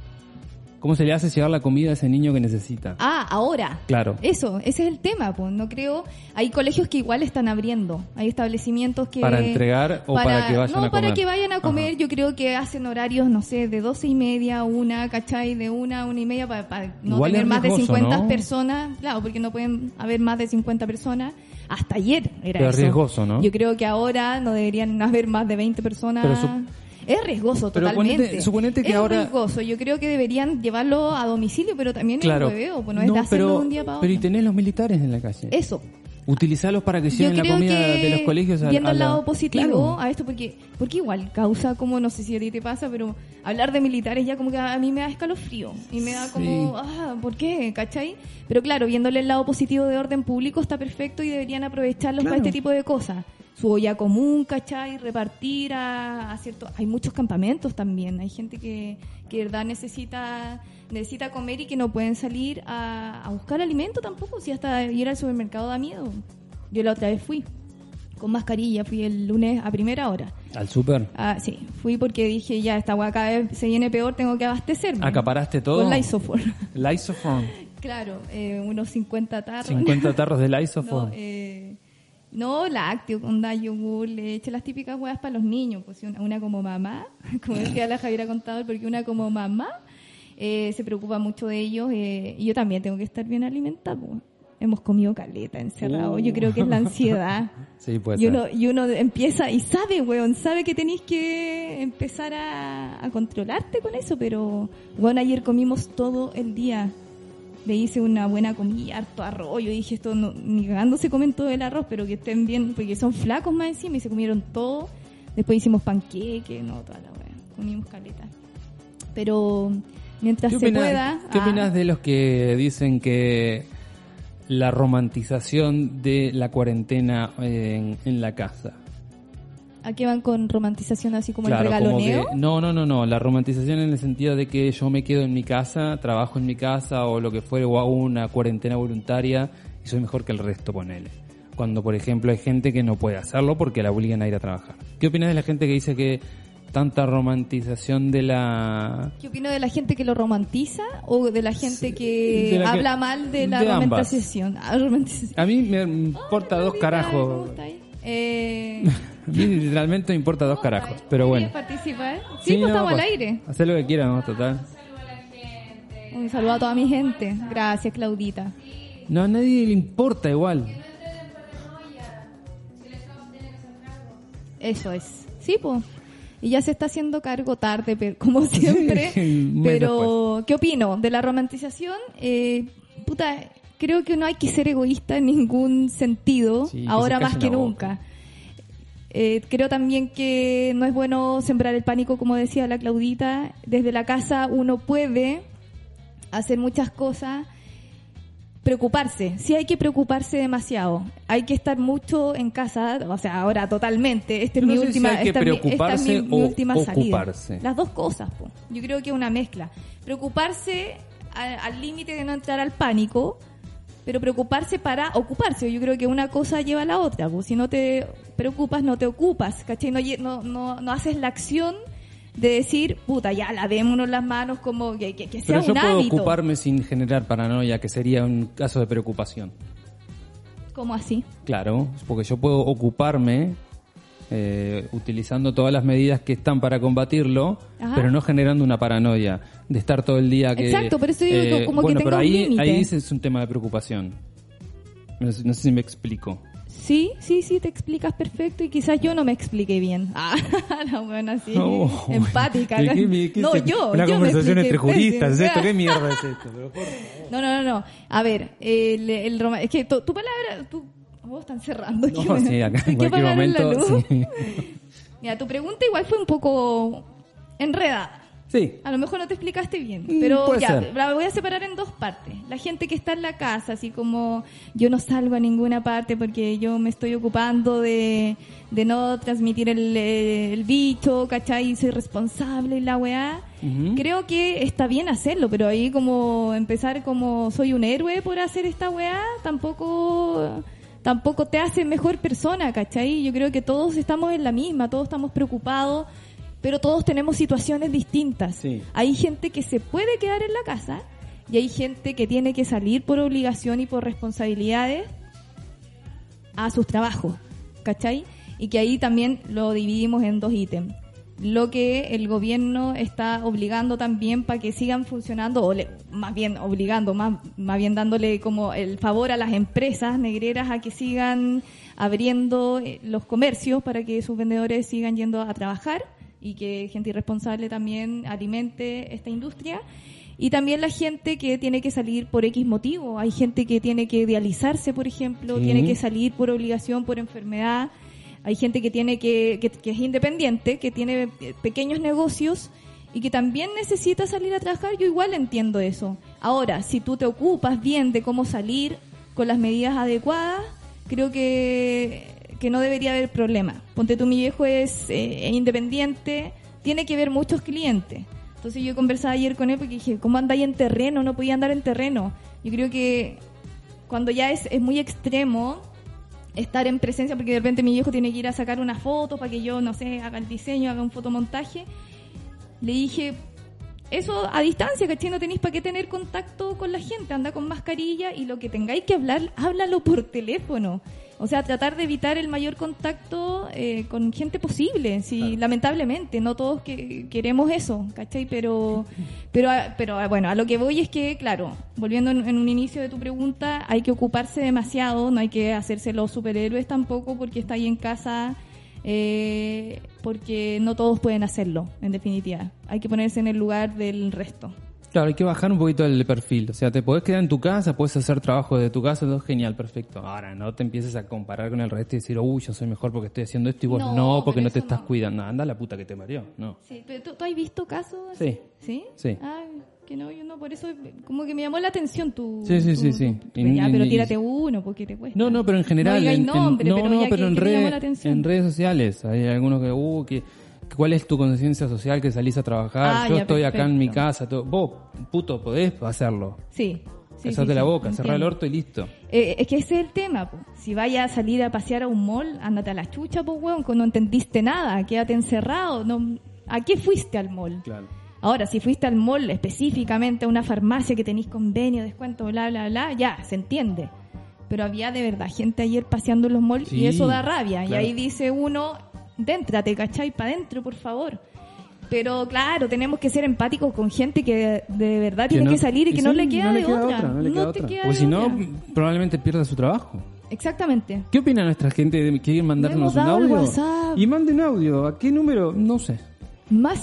[SPEAKER 6] ¿Cómo se le hace llegar la comida a ese niño que necesita?
[SPEAKER 5] Ah, ahora.
[SPEAKER 6] Claro.
[SPEAKER 5] Eso, ese es el tema, pues. No creo. Hay colegios que igual están abriendo. Hay establecimientos que.
[SPEAKER 6] ¿Para entregar o para que vayan a comer?
[SPEAKER 5] No, para que vayan a comer.
[SPEAKER 6] Ajá.
[SPEAKER 5] Yo creo que hacen horarios, no sé, de 12:30 a 1, ¿cachai? De 1 a 1:30 para no
[SPEAKER 6] Igual
[SPEAKER 5] tener
[SPEAKER 6] es
[SPEAKER 5] más de
[SPEAKER 6] riesgoso,
[SPEAKER 5] 50
[SPEAKER 6] ¿no?
[SPEAKER 5] personas. Claro, porque no pueden haber más de 50 personas. Hasta ayer era
[SPEAKER 6] Pero es
[SPEAKER 5] eso.
[SPEAKER 6] riesgoso, ¿no?
[SPEAKER 5] Yo creo que ahora no deberían haber más de 20 personas.
[SPEAKER 6] Pero
[SPEAKER 5] es riesgoso,
[SPEAKER 6] pero
[SPEAKER 5] totalmente.
[SPEAKER 6] suponete que
[SPEAKER 5] es
[SPEAKER 6] ahora-
[SPEAKER 5] riesgoso. Yo creo que deberían llevarlo a domicilio, pero también
[SPEAKER 6] Claro.
[SPEAKER 5] es hueveo, pues no es de hacerlo de un día para otro.
[SPEAKER 6] pero y tenés los militares en la calle.
[SPEAKER 5] Eso.
[SPEAKER 6] Utilizarlos para que
[SPEAKER 5] Yo
[SPEAKER 6] lleven la
[SPEAKER 5] creo
[SPEAKER 6] comida
[SPEAKER 5] que
[SPEAKER 6] de los colegios a
[SPEAKER 5] viendo
[SPEAKER 6] a
[SPEAKER 5] el
[SPEAKER 6] la-
[SPEAKER 5] lado positivo
[SPEAKER 6] Claro.
[SPEAKER 5] a esto, porque igual causa como, no sé si a ti te pasa, pero hablar de militares ya como que a mí me da escalofrío y me da como, ¿por qué? ¿Cachai? Pero claro, viéndole el lado positivo de orden público está perfecto y deberían aprovecharlos
[SPEAKER 6] Claro.
[SPEAKER 5] para este tipo de cosas. Su olla común, ¿cachai? Repartir a ciertos... Hay muchos campamentos también, hay gente que de verdad necesita comer y que no pueden salir a buscar alimento tampoco, si hasta ir al supermercado da miedo. Yo la otra vez fui con mascarilla, fui el lunes a primera hora.
[SPEAKER 6] ¿Al súper?
[SPEAKER 5] Ah, sí, fui porque dije, ya, esta hueá cada vez se viene peor, tengo que abastecerme.
[SPEAKER 6] ¿Acaparaste todo?
[SPEAKER 5] Con Lysofor.
[SPEAKER 6] Lysoform.
[SPEAKER 5] Claro, unos 50 tarros.
[SPEAKER 6] 50 tarros de Lysoform.
[SPEAKER 5] No, lácteo, onda, yogur, leche, las típicas huevas para los niños. Pues una como mamá, como decía la Javiera Contador, porque una como mamá se preocupa mucho de ellos. Y yo también tengo que estar bien alimentada. Pues. Hemos comido caleta, encerrado. Yo creo que es la ansiedad.
[SPEAKER 6] Sí, puede
[SPEAKER 5] Y
[SPEAKER 6] ser.
[SPEAKER 5] uno empieza y sabe, weón, sabe que tenéis que empezar a controlarte con eso, pero, weón, ayer comimos todo el día. Le hice una buena comida, harto arroz. Yo dije, esto no, ni cagando se comen todo el arroz, pero que estén bien, porque son flacos más encima y se comieron todo. Después hicimos panqueque, no, toda la weá. Comimos caleta. Pero mientras se pueda...
[SPEAKER 6] ¿Qué opinas de los que dicen que la romantización de la cuarentena en la casa?
[SPEAKER 5] ¿A qué van con romantización así como
[SPEAKER 6] Claro,
[SPEAKER 5] el regaloneo?
[SPEAKER 6] como que, no, la romantización en el sentido de que yo me quedo en mi casa, trabajo en mi casa o lo que fuere, o hago una cuarentena voluntaria y soy mejor que el resto, ponele. Cuando, por ejemplo, hay gente que no puede hacerlo porque la obligan a ir a trabajar. ¿Qué opinas de la gente que dice que tanta romantización de la...
[SPEAKER 5] ¿Qué opino de la gente que lo romantiza o de la gente que habla mal de la
[SPEAKER 6] de ambas.
[SPEAKER 5] romantización?
[SPEAKER 6] A mí me importa dos carajos.
[SPEAKER 5] ¿Cómo está ahí?
[SPEAKER 6] A mí realmente me importa dos carajos, pero bueno.
[SPEAKER 5] ¿Quieres participar? Sí, pues estamos al aire.
[SPEAKER 6] Hacer lo que quieran, ¿no? Total.
[SPEAKER 5] Un saludo a toda mi gente. Gracias, Claudita.
[SPEAKER 6] No, a nadie le importa igual.
[SPEAKER 5] Eso es. Sí, pues. Y ya se está haciendo cargo tarde, pero, como siempre. Pero, ¿qué opino de la romantización? Creo que no hay que ser egoísta en ningún sentido,
[SPEAKER 6] Sí,
[SPEAKER 5] ahora más que
[SPEAKER 6] la boca.
[SPEAKER 5] nunca. Creo también que no es bueno sembrar el pánico, como decía la Claudita. Desde la casa uno puede hacer muchas cosas. Preocuparse, sí hay que preocuparse demasiado. Hay que estar mucho en casa, o sea, ahora totalmente. Esta es
[SPEAKER 6] Yo no
[SPEAKER 5] mi
[SPEAKER 6] sé
[SPEAKER 5] última,
[SPEAKER 6] si hay que
[SPEAKER 5] esta es mi
[SPEAKER 6] preocuparse o
[SPEAKER 5] última salida.
[SPEAKER 6] ocuparse.
[SPEAKER 5] Las dos cosas, po. Yo creo que es una mezcla. Preocuparse al límite de no entrar al pánico, pero preocuparse para ocuparse. Yo creo que una cosa lleva a la otra, po. Si no te preocupas, no te ocupas, ¿cachai? No haces la acción de decir, puta, ya lavémonos las manos, como que sea
[SPEAKER 6] Pero yo
[SPEAKER 5] un
[SPEAKER 6] puedo
[SPEAKER 5] hábito.
[SPEAKER 6] ocuparme sin generar paranoia, que sería un caso de preocupación.
[SPEAKER 5] ¿Cómo así?
[SPEAKER 6] Claro, porque yo puedo ocuparme utilizando todas las medidas que están para combatirlo,
[SPEAKER 5] Ajá.
[SPEAKER 6] pero no generando una paranoia de estar todo el día que...
[SPEAKER 5] Exacto, por eso digo como que
[SPEAKER 6] bueno,
[SPEAKER 5] tenga
[SPEAKER 6] pero
[SPEAKER 5] un límite.
[SPEAKER 6] ahí es un tema de preocupación. No sé si me explico.
[SPEAKER 5] Sí, te explicas perfecto y quizás yo no me expliqué bien. La buena sí,
[SPEAKER 6] Oh,
[SPEAKER 5] empática.
[SPEAKER 6] ¿Qué
[SPEAKER 5] No,
[SPEAKER 6] es
[SPEAKER 5] yo.
[SPEAKER 6] una
[SPEAKER 5] yo
[SPEAKER 6] conversación
[SPEAKER 5] me
[SPEAKER 6] entre
[SPEAKER 5] expliqué
[SPEAKER 6] juristas, ¿es
[SPEAKER 5] pésimo.
[SPEAKER 6] esto? ¿Qué mierda es esto? Pero por favor.
[SPEAKER 5] No. A ver, es que tu palabra, vos están cerrando.
[SPEAKER 6] No, sí, acá
[SPEAKER 5] Hay
[SPEAKER 6] en
[SPEAKER 5] que
[SPEAKER 6] cualquier
[SPEAKER 5] apagar la
[SPEAKER 6] momento.
[SPEAKER 5] luz.
[SPEAKER 6] Sí.
[SPEAKER 5] Mira, tu pregunta igual fue un poco enredada.
[SPEAKER 6] Sí.
[SPEAKER 5] A lo mejor no te explicaste bien, pero
[SPEAKER 6] puede
[SPEAKER 5] ya,
[SPEAKER 6] ser.
[SPEAKER 5] la voy a separar en dos partes. La gente que está en la casa, así como yo no salgo a ninguna parte porque yo me estoy ocupando de no transmitir el bicho, ¿cachai? Soy responsable y la weá.
[SPEAKER 6] Ujú.
[SPEAKER 5] Creo que está bien hacerlo, pero ahí como empezar como soy un héroe por hacer esta weá, tampoco te hace mejor persona, ¿cachai? Yo creo que todos estamos en la misma, todos estamos preocupados, pero todos tenemos situaciones distintas.
[SPEAKER 6] Sí.
[SPEAKER 5] Hay gente que se puede quedar en la casa y hay gente que tiene que salir por obligación y por responsabilidades a sus trabajos, ¿cachai? Y que ahí también lo dividimos en dos ítems. Lo que el gobierno está obligando también para que sigan funcionando, o más bien obligando, más bien dándole como el favor a las empresas negreras a que sigan abriendo los comercios para que sus vendedores sigan yendo a trabajar y que gente irresponsable también alimente esta industria. Y también la gente que tiene que salir por X motivo. Hay gente que tiene que dializarse, por ejemplo,
[SPEAKER 6] Sí.
[SPEAKER 5] tiene que salir por obligación, por enfermedad. Hay gente que tiene que es independiente, que tiene pequeños negocios y que también necesita salir a trabajar. Yo igual entiendo eso. Ahora, si tú te ocupas bien de cómo salir con las medidas adecuadas, creo que no debería haber problema. Ponte tú, mi viejo es independiente, tiene que ver muchos clientes. Entonces yo conversaba ayer con él porque dije, ¿cómo andáis en terreno? No podía andar en terreno. Yo creo que cuando ya es muy extremo estar en presencia, porque de repente mi viejo tiene que ir a sacar una foto para que yo, no sé, haga el diseño, haga un fotomontaje, le dije, eso a distancia, ¿cachai? No tenéis para qué tener contacto con la gente, anda con mascarilla y lo que tengáis que hablar, háblalo por teléfono. O sea, tratar de evitar el mayor contacto con gente posible. Sí, claro. Lamentablemente, no todos queremos eso, ¿cachai? Pero bueno, a lo que voy es que, claro, volviendo en un inicio de tu pregunta, hay que ocuparse demasiado, no hay que hacerse los superhéroes tampoco porque está ahí en casa, porque no todos pueden hacerlo, en definitiva. Hay que ponerse en el lugar del resto.
[SPEAKER 6] Claro, hay que bajar un poquito el perfil. O sea, te podés quedar en tu casa, puedes hacer trabajo de tu casa, todo genial, perfecto. Ahora, no te empieces a comparar con el resto y decir, uy, yo soy mejor porque estoy haciendo esto y vos no porque no te estás cuidando. Anda la puta que te parió, no.
[SPEAKER 5] Sí, pero ¿tú has visto casos así?
[SPEAKER 6] Sí.
[SPEAKER 5] ¿Sí?
[SPEAKER 6] Sí.
[SPEAKER 5] Ah, que no, yo no, por eso como que me llamó la atención tu...
[SPEAKER 6] Sí.
[SPEAKER 5] Ya, pero tírate uno, porque te cuesta.
[SPEAKER 6] No, pero en general...
[SPEAKER 5] No digáis nombre, pero
[SPEAKER 6] en
[SPEAKER 5] me llamó la atención.
[SPEAKER 6] En redes sociales hay algunos que... ¿Cuál es tu conciencia social que salís a trabajar? Yo estoy acá en mi casa. Todo. Vos, puto, podés hacerlo.
[SPEAKER 5] Sí.
[SPEAKER 6] Cásate la boca, cerrá el orto y listo.
[SPEAKER 5] Es que ese es el tema, po. Si vayas a salir a pasear a un mall, ándate a la chucha, po, weón, no entendiste nada, quédate encerrado. No, ¿A qué fuiste al mall?
[SPEAKER 6] Claro.
[SPEAKER 5] Ahora, si fuiste al mall específicamente a una farmacia que tenéis convenio, descuento, bla, bla, bla, ya, se entiende. Pero había de verdad gente ayer paseando en los malls
[SPEAKER 6] Sí,
[SPEAKER 5] y eso da rabia.
[SPEAKER 6] claro.
[SPEAKER 5] Y ahí dice uno, déntrate, ¿cachai? Para adentro, por favor. Pero claro, tenemos que ser empáticos con gente que de verdad tiene que salir y que no le queda de otra. No te queda
[SPEAKER 6] Porque
[SPEAKER 5] de
[SPEAKER 6] si no,
[SPEAKER 5] otra.
[SPEAKER 6] probablemente pierda su trabajo.
[SPEAKER 5] Exactamente.
[SPEAKER 6] ¿Qué opina nuestra gente? ¿Quieren mandarnos
[SPEAKER 5] Le
[SPEAKER 6] un
[SPEAKER 5] hemos dado el
[SPEAKER 6] audio?
[SPEAKER 5] WhatsApp.
[SPEAKER 6] Y manden audio. ¿A qué número? No sé.
[SPEAKER 5] Más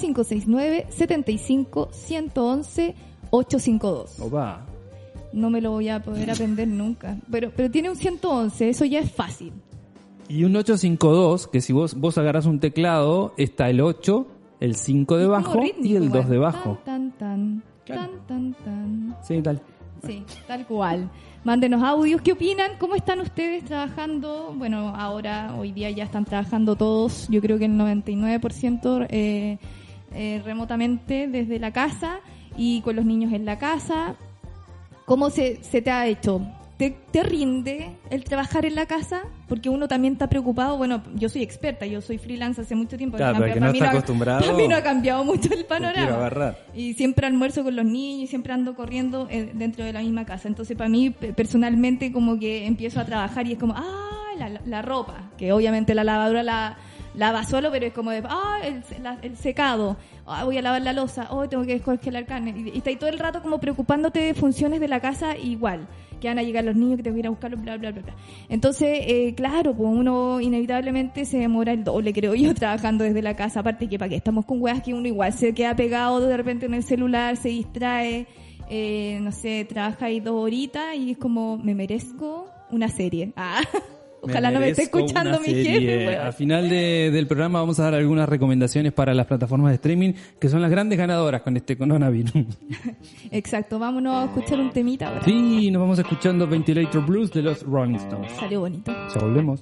[SPEAKER 5] 569-75-111-852.
[SPEAKER 6] Opa.
[SPEAKER 5] No me lo voy a poder aprender nunca. Pero tiene un 111, eso ya es fácil.
[SPEAKER 6] Y un 852, que si vos agarras un teclado, está el 8, el 5 debajo
[SPEAKER 5] Como rítmico
[SPEAKER 6] y el
[SPEAKER 5] igual.
[SPEAKER 6] 2 debajo.
[SPEAKER 5] Tan, tan,
[SPEAKER 6] Claro.
[SPEAKER 5] tan, tan.
[SPEAKER 6] Sí, tal.
[SPEAKER 5] Sí, tal cual. Mándenos audios. ¿Qué opinan? ¿Cómo están ustedes trabajando? Bueno, ahora, hoy día ya están trabajando todos, yo creo que el 99% remotamente desde la casa y con los niños en la casa. ¿Cómo se te ha hecho? ¿Te rinde el trabajar en la casa? Porque uno también está preocupado. Bueno, yo soy experta, yo soy freelance hace mucho tiempo.
[SPEAKER 6] Claro, pero el que no está acostumbrado,
[SPEAKER 5] también no ha cambiado mucho el
[SPEAKER 6] quiero
[SPEAKER 5] panorama.
[SPEAKER 6] agarrar.
[SPEAKER 5] Y siempre almuerzo con los niños y siempre ando corriendo dentro de la misma casa. Entonces, para mí, personalmente, como que empiezo a trabajar y es como, la ropa. Que obviamente la lavadora la lava solo, pero es como de, el secado. Voy a lavar la loza. Tengo que descongelar carne. Y está ahí todo el rato como preocupándote de funciones de la casa igual. Que van a llegar los niños, que te voy a ir a buscarlos, bla, bla, bla, bla. Entonces, claro, pues uno inevitablemente se demora el doble, creo yo, trabajando desde la casa. Aparte que para qué estamos con weas que uno igual se queda pegado de repente en el celular, se distrae, no sé, trabaja ahí 2 horitas y es como, me merezco una serie. Ojalá no me esté escuchando mi jefe. Weón.
[SPEAKER 6] Al final del programa vamos a dar algunas recomendaciones para las plataformas de streaming que son las grandes ganadoras con este coronavirus.
[SPEAKER 5] Exacto, vámonos a escuchar un temita ahora.
[SPEAKER 6] Sí, nos vamos escuchando Ventilator Blues de los Rolling Stones.
[SPEAKER 5] Salió bonito.
[SPEAKER 6] Ya volvemos.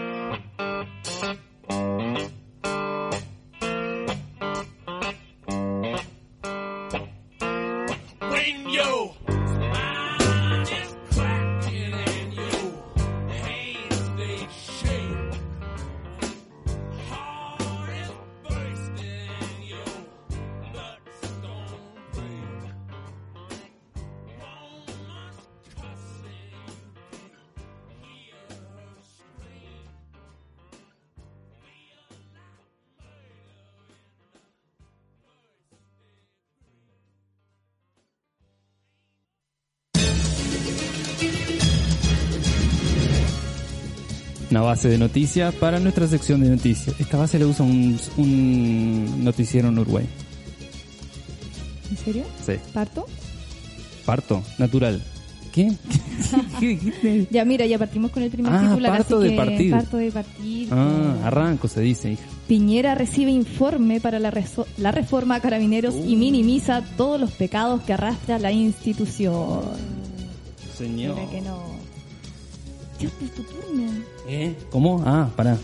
[SPEAKER 6] Una base de noticias para nuestra sección de noticias. Esta base la usa un noticiero en Uruguay.
[SPEAKER 5] ¿En serio?
[SPEAKER 6] Sí.
[SPEAKER 5] ¿Parto?
[SPEAKER 6] Parto, natural. ¿Qué? ¿Qué?
[SPEAKER 5] Ya mira, ya partimos con el primer titular.
[SPEAKER 6] Parto
[SPEAKER 5] así
[SPEAKER 6] de
[SPEAKER 5] que
[SPEAKER 6] partir.
[SPEAKER 5] Parto de partir.
[SPEAKER 6] Arranco se dice, hija.
[SPEAKER 5] Piñera recibe informe para la reforma a Carabineros y minimiza todos los pecados que arrastra la institución.
[SPEAKER 6] Señor.
[SPEAKER 5] Mira que no. Ya es tu turno.
[SPEAKER 6] ¿Cómo? Pará.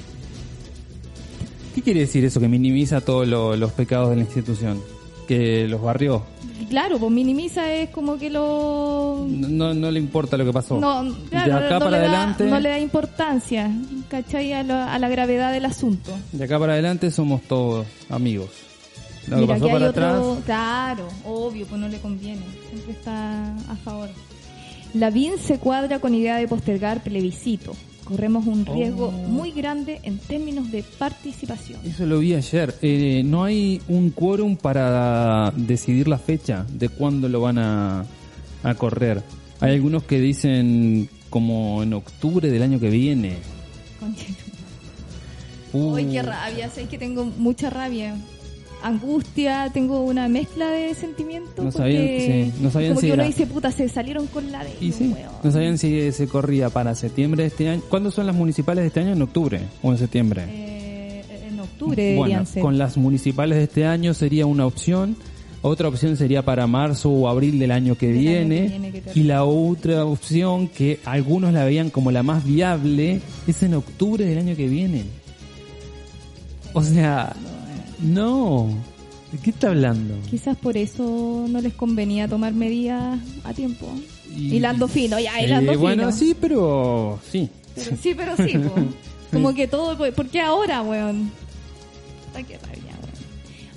[SPEAKER 6] ¿Qué quiere decir eso que minimiza todos los pecados de la institución? ¿Que los barrió?
[SPEAKER 5] Claro, pues minimiza es como que lo...
[SPEAKER 6] No le importa lo que pasó.
[SPEAKER 5] No, claro,
[SPEAKER 6] de acá para adelante...
[SPEAKER 5] no le da importancia, ¿cachai? A la gravedad del asunto.
[SPEAKER 6] De acá para adelante somos todos amigos. Lo
[SPEAKER 5] Mira,
[SPEAKER 6] que pasó
[SPEAKER 5] que hay
[SPEAKER 6] para
[SPEAKER 5] otro...
[SPEAKER 6] atrás...
[SPEAKER 5] Claro, obvio, pues no le conviene. Siempre está a favor. Lavín se cuadra con idea de postergar plebiscito. Corremos un riesgo muy grande en términos de participación.
[SPEAKER 6] Eso lo vi ayer. No hay un quórum para decidir la fecha de cuándo lo van a correr. Hay algunos que dicen como en octubre del año que viene.
[SPEAKER 5] Uy, qué rabia, sé que tengo mucha rabia. Angustia, tengo una mezcla de sentimientos.
[SPEAKER 6] No sabían
[SPEAKER 5] como
[SPEAKER 6] si
[SPEAKER 5] que uno
[SPEAKER 6] era...
[SPEAKER 5] dice, puta, se salieron con la de
[SPEAKER 6] Y
[SPEAKER 5] ellos,
[SPEAKER 6] sí,
[SPEAKER 5] weón.
[SPEAKER 6] no sabían si se corría para septiembre de este año. ¿Cuándo son las municipales de este año? ¿En octubre o en septiembre?
[SPEAKER 5] En octubre deberían ser.
[SPEAKER 6] Con las municipales de este año sería una opción. Otra opción sería para marzo o abril del año que viene. Y la otra opción, que algunos la veían como la más viable, es en octubre del año que viene. O sea, no. ¿De qué está hablando?
[SPEAKER 5] Quizás por eso no les convenía tomar medidas a tiempo. Hilando fino, ya, hilando fino.
[SPEAKER 6] Bueno, sí, pero sí.
[SPEAKER 5] Pero sí, po. Como que todo... ¿Por qué ahora, weón? Ay, qué rabia, weón.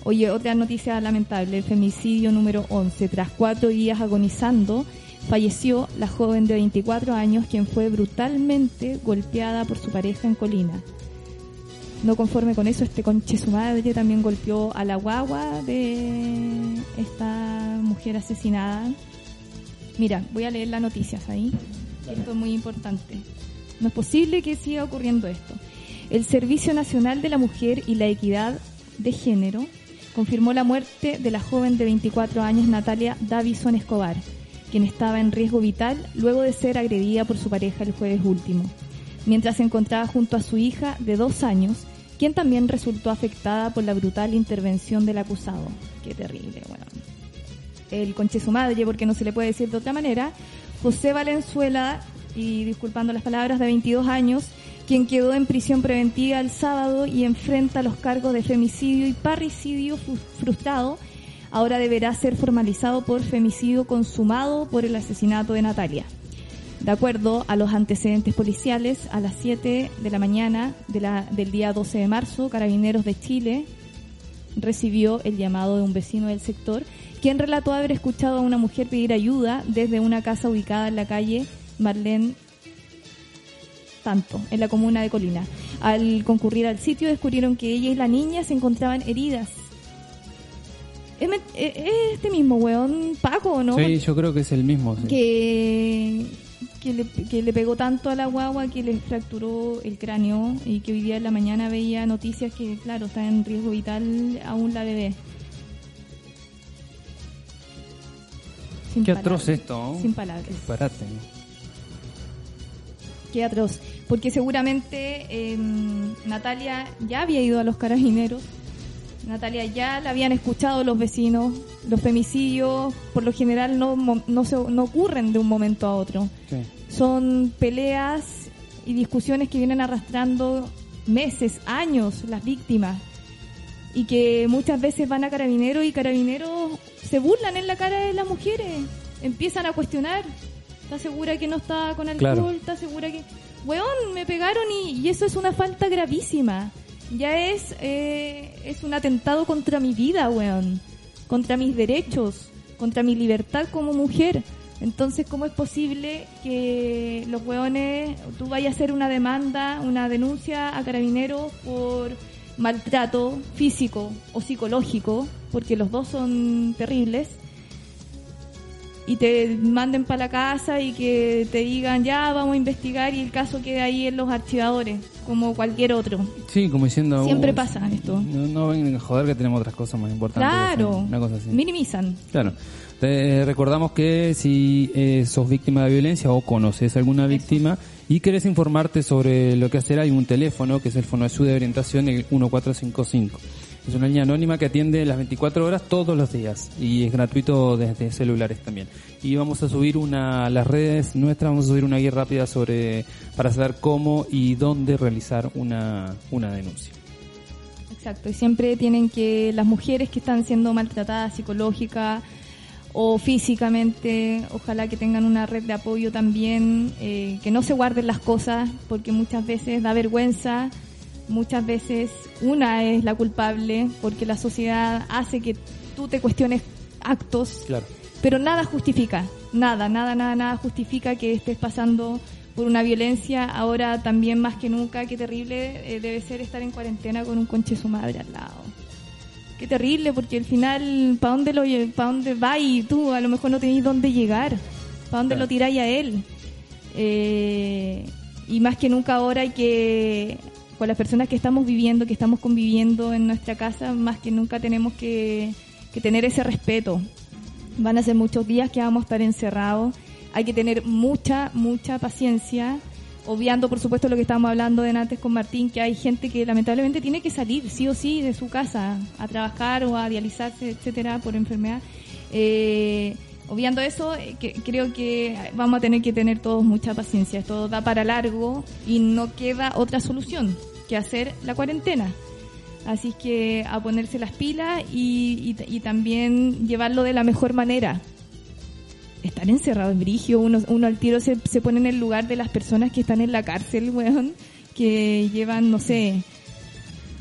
[SPEAKER 5] Oye, otra noticia lamentable, el femicidio número 11. Tras 4 días agonizando, falleció la joven de 24 años quien fue brutalmente golpeada por su pareja en Colina. No conforme con eso, conche su madre también golpeó a la guagua de esta mujer asesinada. Mira, voy a leer las noticias ahí. Esto es muy importante. No es posible que siga ocurriendo esto. El Servicio Nacional de la Mujer y la Equidad de Género confirmó la muerte de la joven de 24 años Natalia Davison Escobar, quien estaba en riesgo vital luego de ser agredida por su pareja el jueves último, mientras se encontraba junto a su hija de 2 años, quien también resultó afectada por la brutal intervención del acusado. Qué terrible, bueno. El conche su madre, porque no se le puede decir de otra manera, José Valenzuela, y disculpando las palabras, de 22 años, quien quedó en prisión preventiva el sábado y enfrenta los cargos de femicidio y parricidio frustrado, ahora deberá ser formalizado por femicidio consumado por el asesinato de Natalia. De acuerdo a los antecedentes policiales, a las 7 de la mañana del día 12 de marzo, Carabineros de Chile recibió el llamado de un vecino del sector, quien relató haber escuchado a una mujer pedir ayuda desde una casa ubicada en la calle Marlene Tanto, en la comuna de Colina. Al concurrir al sitio, descubrieron que ella y la niña se encontraban heridas. ¿Es este mismo weón, Paco, no?
[SPEAKER 6] Sí, yo creo que es el mismo. Sí.
[SPEAKER 5] Que le pegó tanto a la guagua que le fracturó el cráneo y que hoy día en la mañana veía noticias que, claro, está en riesgo vital aún la bebé. Sin
[SPEAKER 6] Qué
[SPEAKER 5] palabras.
[SPEAKER 6] atroz esto, ¿no?
[SPEAKER 5] Sin palabras.
[SPEAKER 6] Disparate.
[SPEAKER 5] Qué atroz. Porque seguramente Natalia ya había ido a los Carabineros. Natalia ya la habían escuchado los vecinos. Los femicidios por lo general no ocurren de un momento a otro.
[SPEAKER 6] Sí.
[SPEAKER 5] Son peleas y discusiones que vienen arrastrando meses, años las víctimas, y que muchas veces van a Carabineros y Carabineros se burlan en la cara de las mujeres, empiezan a cuestionar. ¿Estás segura que no está con alcohol?
[SPEAKER 6] Claro.
[SPEAKER 5] ¿Estás segura que...? Weón, me pegaron y eso es una falta gravísima. Ya es un atentado contra mi vida, weón. Contra mis derechos, contra mi libertad como mujer. Entonces, ¿cómo es posible que los weones, tú vayas a hacer una demanda, una denuncia a Carabineros por maltrato físico o psicológico, porque los dos son terribles, y te manden para la casa y que te digan ya vamos a investigar y el caso quede ahí en los archivadores como cualquier otro?
[SPEAKER 6] Sí, como diciendo
[SPEAKER 5] siempre pasa esto.
[SPEAKER 6] No vengan a joder que tenemos otras cosas más importantes.
[SPEAKER 5] Claro,
[SPEAKER 6] una cosa así.
[SPEAKER 5] Minimizan.
[SPEAKER 6] Claro. Te recordamos que si sos víctima de violencia o conoces a alguna víctima y querés informarte sobre lo que hacer, hay un teléfono que es el Fono de Ayuda de Orientación, el 1455. Es una línea anónima que atiende las 24 horas todos los días y es gratuito desde celulares también. Y vamos a subir las redes nuestras, vamos a subir una guía rápida para saber cómo y dónde realizar una denuncia.
[SPEAKER 5] Exacto, y siempre tienen que, las mujeres que están siendo maltratadas psicológica o físicamente, ojalá que tengan una red de apoyo también, que no se guarden las cosas, porque muchas veces da vergüenza. Muchas veces una es la culpable porque la sociedad hace que tú te cuestiones actos,
[SPEAKER 6] claro,
[SPEAKER 5] pero nada justifica, nada justifica que estés pasando por una violencia. Ahora también más que nunca, qué terrible debe ser estar en cuarentena con un conche su madre al lado. Qué terrible, porque al final, ¿para dónde va? Y tú a lo mejor no tenés dónde llegar, ¿para dónde lo tiráis a él? Y más que nunca ahora hay que... Con las personas que estamos viviendo, que estamos conviviendo en nuestra casa, más que nunca tenemos que tener ese respeto. Van a ser muchos días que vamos a estar encerrados. Hay que tener mucha paciencia, obviando por supuesto lo que estábamos hablando de antes con Martín, que hay gente que lamentablemente tiene que salir sí o sí de su casa a trabajar o a dializarse, etcétera, por enfermedad. Obviando eso, creo que vamos a tener que tener todos mucha paciencia. Esto da para largo y no queda otra solución que hacer la cuarentena. Así es que a ponerse las pilas y también llevarlo de la mejor manera. Estar encerrado en brigio, uno al tiro se pone en el lugar de las personas que están en la cárcel, weón, que llevan, no sé,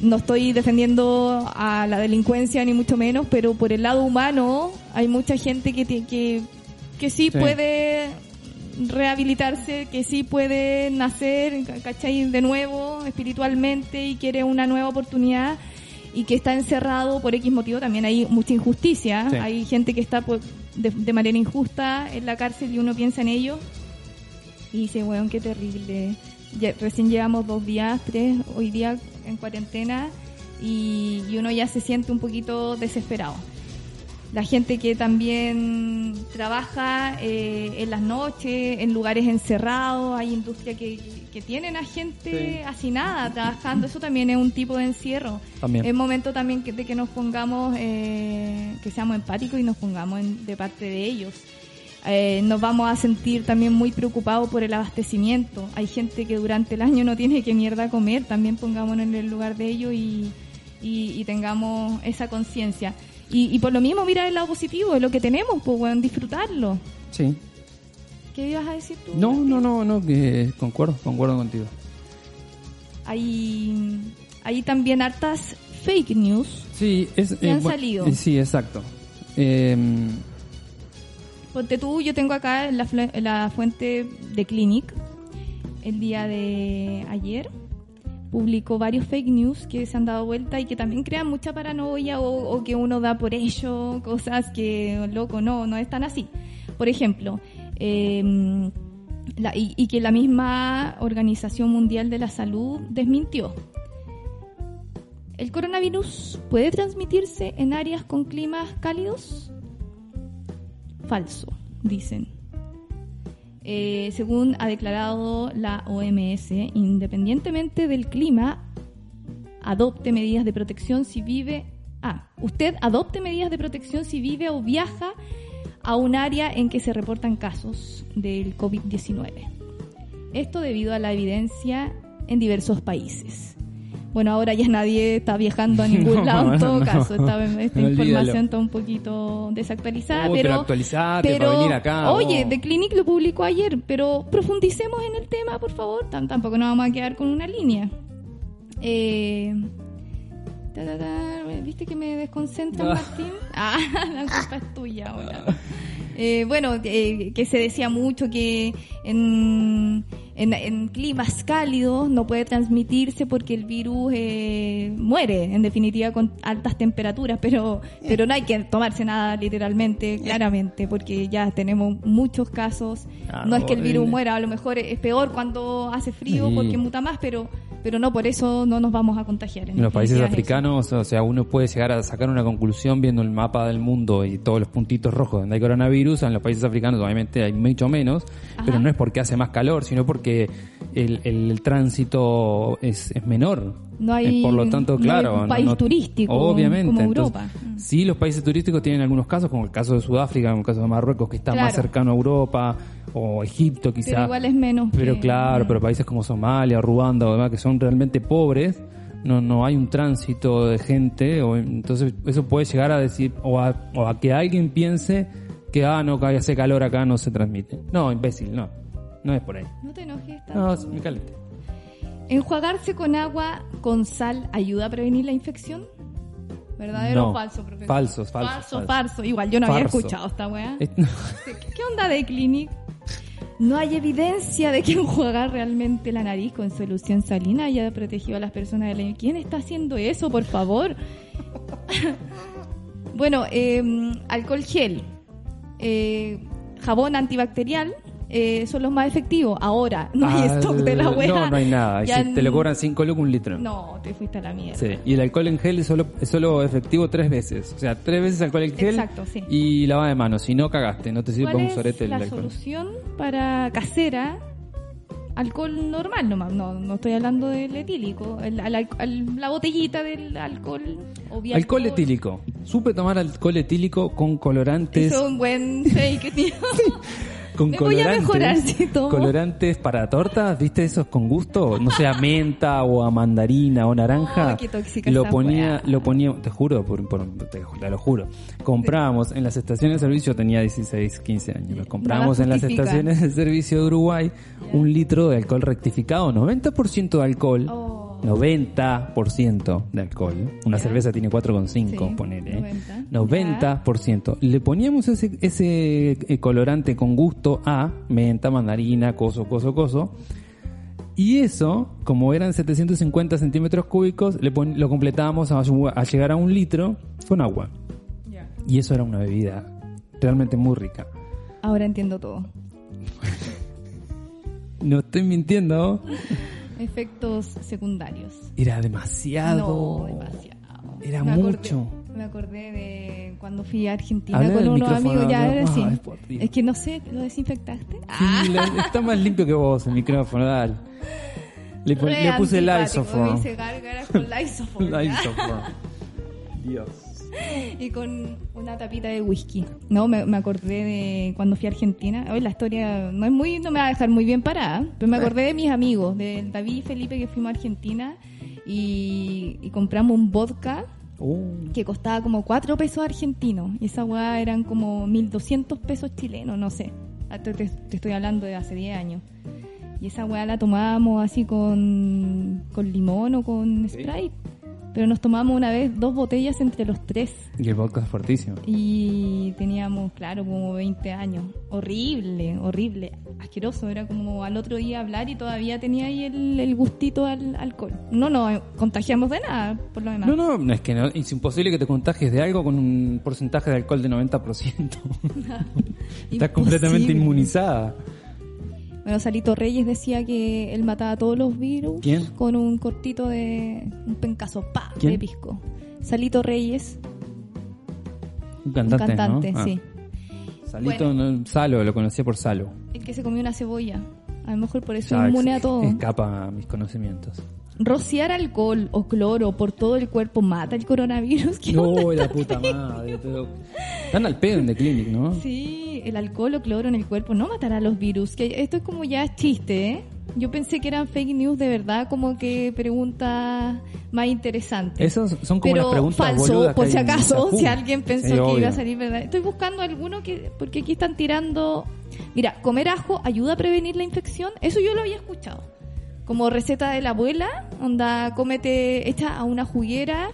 [SPEAKER 5] no estoy defendiendo a la delincuencia ni mucho menos, pero por el lado humano hay mucha gente que sí puede rehabilitarse, que sí puede nacer, ¿cachai? De nuevo espiritualmente y quiere una nueva oportunidad, y que está encerrado por X motivo. También hay mucha injusticia, hay gente que está de manera injusta en la cárcel y uno piensa en ello y dice, weón, qué terrible. Recién llevamos 2 días, 3 hoy día en cuarentena y uno ya se siente un poquito desesperado. La gente que también trabaja en las noches, en lugares encerrados, hay industria que tienen a gente hacinada trabajando, eso también es un tipo de encierro. También. Es momento también de que nos pongamos, que seamos empáticos y nos pongamos de parte de ellos. Nos vamos a sentir también muy preocupados por el abastecimiento. Hay gente que durante el año no tiene que mierda comer, también pongámonos en el lugar de ellos y tengamos esa conciencia. Y por lo mismo, mira el lado positivo de lo que tenemos, pues bueno, disfrutarlo.
[SPEAKER 6] Sí.
[SPEAKER 5] ¿Qué ibas a decir tú?
[SPEAKER 6] No, que concuerdo contigo.
[SPEAKER 5] Hay también hartas fake news que han salido.
[SPEAKER 6] Sí, exacto.
[SPEAKER 5] Ponte tú, yo tengo acá la fuente de Clinic, el día de ayer publicó varios fake news que se han dado vuelta y que también crean mucha paranoia o que uno da por ello, cosas que, loco, no es tan así. Por ejemplo, y que la misma Organización Mundial de la Salud desmintió. ¿El coronavirus puede transmitirse en áreas con climas cálidos? Falso, dicen. Según ha declarado la OMS, independientemente del clima, adopte medidas de protección si vive... usted adopte medidas de protección si vive o viaja a un área en que se reportan casos del COVID-19. Esto debido a la evidencia en diversos países. Bueno, ahora ya nadie está viajando a ningún lado en todo caso. Esta información está un poquito desactualizada, pero
[SPEAKER 6] actualizate para venir acá.
[SPEAKER 5] Oye, The Clinic lo publicó ayer, pero profundicemos en el tema, por favor. Tampoco nos vamos a quedar con una línea. ¿Viste que me desconcentra, Martín? La culpa es tuya ahora. Que se decía mucho que en climas cálidos no puede transmitirse porque el virus muere, en definitiva, con altas temperaturas, pero no hay que tomarse nada literalmente, claramente, porque ya tenemos muchos casos. No es que el virus muera, a lo mejor es peor cuando hace frío porque muta más, pero no por eso no nos vamos a contagiar.
[SPEAKER 6] En los países africanos, o sea, uno puede llegar a sacar una conclusión viendo el mapa del mundo y todos los puntitos rojos donde hay coronavirus. En los países africanos obviamente hay mucho menos, pero no es porque hace más calor, sino porque el tránsito es menor.
[SPEAKER 5] No hay,
[SPEAKER 6] por lo tanto, claro,
[SPEAKER 5] no hay un país turístico,
[SPEAKER 6] obviamente,
[SPEAKER 5] como Europa.
[SPEAKER 6] Entonces, sí, los países turísticos tienen algunos casos, como el caso de Sudáfrica, como el caso de Marruecos, que está más cercano a Europa, o Egipto quizás.
[SPEAKER 5] Pero igual es menos.
[SPEAKER 6] Pero pero países como Somalia, Ruanda o demás, que son realmente pobres, no hay un tránsito de gente, entonces eso puede llegar a decir, o a que alguien piense que no hace calor acá, no se transmite. No, imbécil, no es por ahí.
[SPEAKER 5] No te enojes.
[SPEAKER 6] No, me caliente.
[SPEAKER 5] ¿Enjuagarse con agua con sal ayuda a prevenir la infección? ¿Verdadero o falso, profesor? Falso. Igual yo no había escuchado esta weá. ¿Qué onda de Clinic? No hay evidencia de que enjuagar realmente la nariz con solución salina haya protegido a las personas de la... ¿Quién está haciendo eso, por favor? Bueno, alcohol gel, jabón antibacterial son los más efectivos. Ahora, no hay stock de la wea.
[SPEAKER 6] No hay nada. Si te lo cobran 5 lucas un litro.
[SPEAKER 5] No, te fuiste a la mierda.
[SPEAKER 6] Sí. Y el alcohol en gel es solo efectivo 3 veces. O sea, 3 veces alcohol en gel.
[SPEAKER 5] Exacto, sí.
[SPEAKER 6] Y lavada de manos. Si no, cagaste. No te sirve para un sorete el alcohol.
[SPEAKER 5] ¿Cuál es la solución para casera? Alcohol normal nomás. No estoy hablando del etílico. La botellita del alcohol.
[SPEAKER 6] Alcohol etílico. Supe tomar alcohol etílico con colorantes.
[SPEAKER 5] Eso es un buen fake, tío.
[SPEAKER 6] Con
[SPEAKER 5] me voy a mejorar si tomo.
[SPEAKER 6] Colorantes para tortas, ¿viste? Esos con gusto, no sé, a menta o a mandarina o naranja.
[SPEAKER 5] Qué tóxica
[SPEAKER 6] lo ponía, te juro, te lo juro. Comprábamos en las estaciones de servicio, tenía 16, 15 años. Nos comprábamos en las estaciones de servicio de Uruguay 1 litro de alcohol rectificado, 90% de alcohol. 90% de alcohol. Una cerveza tiene 4,5,
[SPEAKER 5] Sí,
[SPEAKER 6] ponele.
[SPEAKER 5] 90.
[SPEAKER 6] 90%. Le poníamos ese colorante con gusto a menta, mandarina, coso. Y eso, como eran 750 centímetros cúbicos, lo completábamos a llegar a 1 litro con agua. Y eso era una bebida realmente muy rica.
[SPEAKER 5] Ahora entiendo todo.
[SPEAKER 6] No estoy mintiendo.
[SPEAKER 5] Efectos secundarios.
[SPEAKER 6] Era demasiado.
[SPEAKER 5] No, demasiado.
[SPEAKER 6] Era
[SPEAKER 5] Me
[SPEAKER 6] mucho.
[SPEAKER 5] Me acordé de cuando fui a Argentina
[SPEAKER 6] Habla
[SPEAKER 5] con
[SPEAKER 6] del
[SPEAKER 5] unos
[SPEAKER 6] micrófono,
[SPEAKER 5] amigos. Ya,
[SPEAKER 6] ¿no?
[SPEAKER 5] ahora sí.
[SPEAKER 6] Ay, por Dios.
[SPEAKER 5] Es que no sé, ¿lo desinfectaste?
[SPEAKER 6] Sí, está más limpio que vos el micrófono, dale. Le puse el Isoform.
[SPEAKER 5] Me hice gárgaras con Isoform.
[SPEAKER 6] Dios.
[SPEAKER 5] Y con una tapita de whisky. No, me acordé de cuando fui a Argentina. Hoy la historia no me va a dejar muy bien parada, pero me acordé de mis amigos, de David y Felipe, que fuimos a Argentina y compramos un vodka que costaba como 4 pesos argentinos. Y esa weá eran como 1.200 pesos chilenos, no sé. Te estoy hablando de hace 10 años. Y esa weá la tomábamos así con limón o con Sprite. Pero nos tomamos una vez 2 botellas entre los 3.
[SPEAKER 6] Y el vodka es fuertísimo.
[SPEAKER 5] Y teníamos, claro, como 20 años. Horrible, asqueroso. Era como al otro día hablar y todavía tenía ahí el gustito al alcohol. No nos contagiamos de nada, por lo demás.
[SPEAKER 6] No, es que es imposible que te contagies de algo con un porcentaje de alcohol de 90%. Estás completamente inmunizada.
[SPEAKER 5] Bueno, Salito Reyes decía que él mataba todos los virus.
[SPEAKER 6] ¿Quién?
[SPEAKER 5] Con un cortito de un pencazo
[SPEAKER 6] ¿Quién?
[SPEAKER 5] de pisco. Salito Reyes,
[SPEAKER 6] Un cantante, ¿no?
[SPEAKER 5] sí.
[SPEAKER 6] Salito, Salo, lo conocía por Salo.
[SPEAKER 5] El que se comió una cebolla. A lo mejor por eso
[SPEAKER 6] Ya
[SPEAKER 5] es inmune a todo.
[SPEAKER 6] Escapa a mis conocimientos.
[SPEAKER 5] Rociar alcohol o cloro por todo el cuerpo mata el coronavirus. ¿Qué
[SPEAKER 6] No,
[SPEAKER 5] onda
[SPEAKER 6] la
[SPEAKER 5] esta
[SPEAKER 6] puta
[SPEAKER 5] película?
[SPEAKER 6] madre. Están al pedo en The Clinic, ¿no?
[SPEAKER 5] Sí, el alcohol o cloro en el cuerpo no matará los virus. Que esto es como ya chiste, ¿eh? Yo pensé que eran fake news de verdad, como que preguntas más interesantes.
[SPEAKER 6] Esas son como
[SPEAKER 5] pero
[SPEAKER 6] las preguntas
[SPEAKER 5] falso,
[SPEAKER 6] boludas
[SPEAKER 5] por
[SPEAKER 6] que
[SPEAKER 5] si
[SPEAKER 6] hay en
[SPEAKER 5] acaso,
[SPEAKER 6] Yahoo.
[SPEAKER 5] si alguien pensó
[SPEAKER 6] Sí,
[SPEAKER 5] que
[SPEAKER 6] obvio.
[SPEAKER 5] iba a salir verdad. Estoy buscando alguno porque aquí están tirando... Mira, comer ajo ayuda a prevenir la infección. Eso yo lo había escuchado. Como receta de la abuela, onda, cómete, echa a una juguera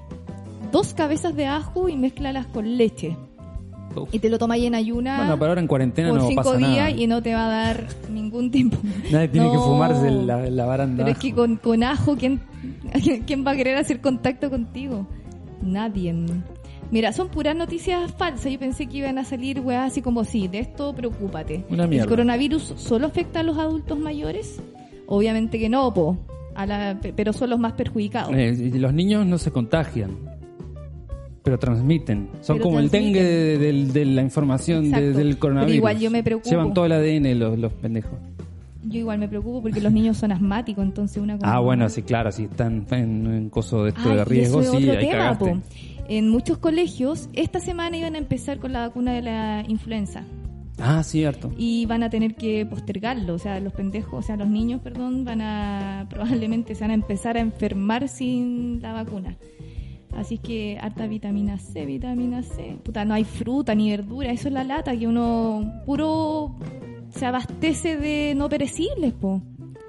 [SPEAKER 5] 2 cabezas de ajo y mézclalas con leche.
[SPEAKER 6] Uf.
[SPEAKER 5] Y te lo tomas ahí en ayuna
[SPEAKER 6] Bueno, pero ahora en cuarentena
[SPEAKER 5] por
[SPEAKER 6] no
[SPEAKER 5] 5
[SPEAKER 6] pasa
[SPEAKER 5] días
[SPEAKER 6] nada.
[SPEAKER 5] y no te va a dar ningún tiempo.
[SPEAKER 6] Nadie tiene
[SPEAKER 5] No,
[SPEAKER 6] que fumarse la baranda.
[SPEAKER 5] pero es que con ajo, ¿quién va a querer hacer contacto contigo? Nadie. Mira, son puras noticias falsas. Yo pensé que iban a salir weas así como, sí, de esto preocúpate.
[SPEAKER 6] Una mierda.
[SPEAKER 5] ¿El coronavirus solo afecta a los adultos mayores? Obviamente que no, pero son los más perjudicados.
[SPEAKER 6] Y los niños no se contagian, pero transmiten. Son
[SPEAKER 5] Pero
[SPEAKER 6] como
[SPEAKER 5] transmiten.
[SPEAKER 6] el dengue de la información
[SPEAKER 5] Exacto.
[SPEAKER 6] del coronavirus.
[SPEAKER 5] Pero igual yo me preocupo.
[SPEAKER 6] Llevan todo el ADN los pendejos.
[SPEAKER 5] Yo igual me preocupo porque los niños son asmáticos, entonces una cosa...
[SPEAKER 6] Bueno, sí, claro, si están en coso de esto
[SPEAKER 5] Ah,
[SPEAKER 6] de
[SPEAKER 5] y
[SPEAKER 6] riesgo,
[SPEAKER 5] eso es
[SPEAKER 6] sí,
[SPEAKER 5] otro
[SPEAKER 6] ahí
[SPEAKER 5] tema,
[SPEAKER 6] cagaste.
[SPEAKER 5] po. En muchos colegios, esta semana iban a empezar con la vacuna de la influenza.
[SPEAKER 6] Ah, cierto.
[SPEAKER 5] Y van a tener que postergarlo, o sea, los niños, probablemente se van a empezar a enfermar sin la vacuna. Así que harta vitamina C. Puta, no hay fruta ni verdura, eso es la lata, que uno puro se abastece de no perecibles, po.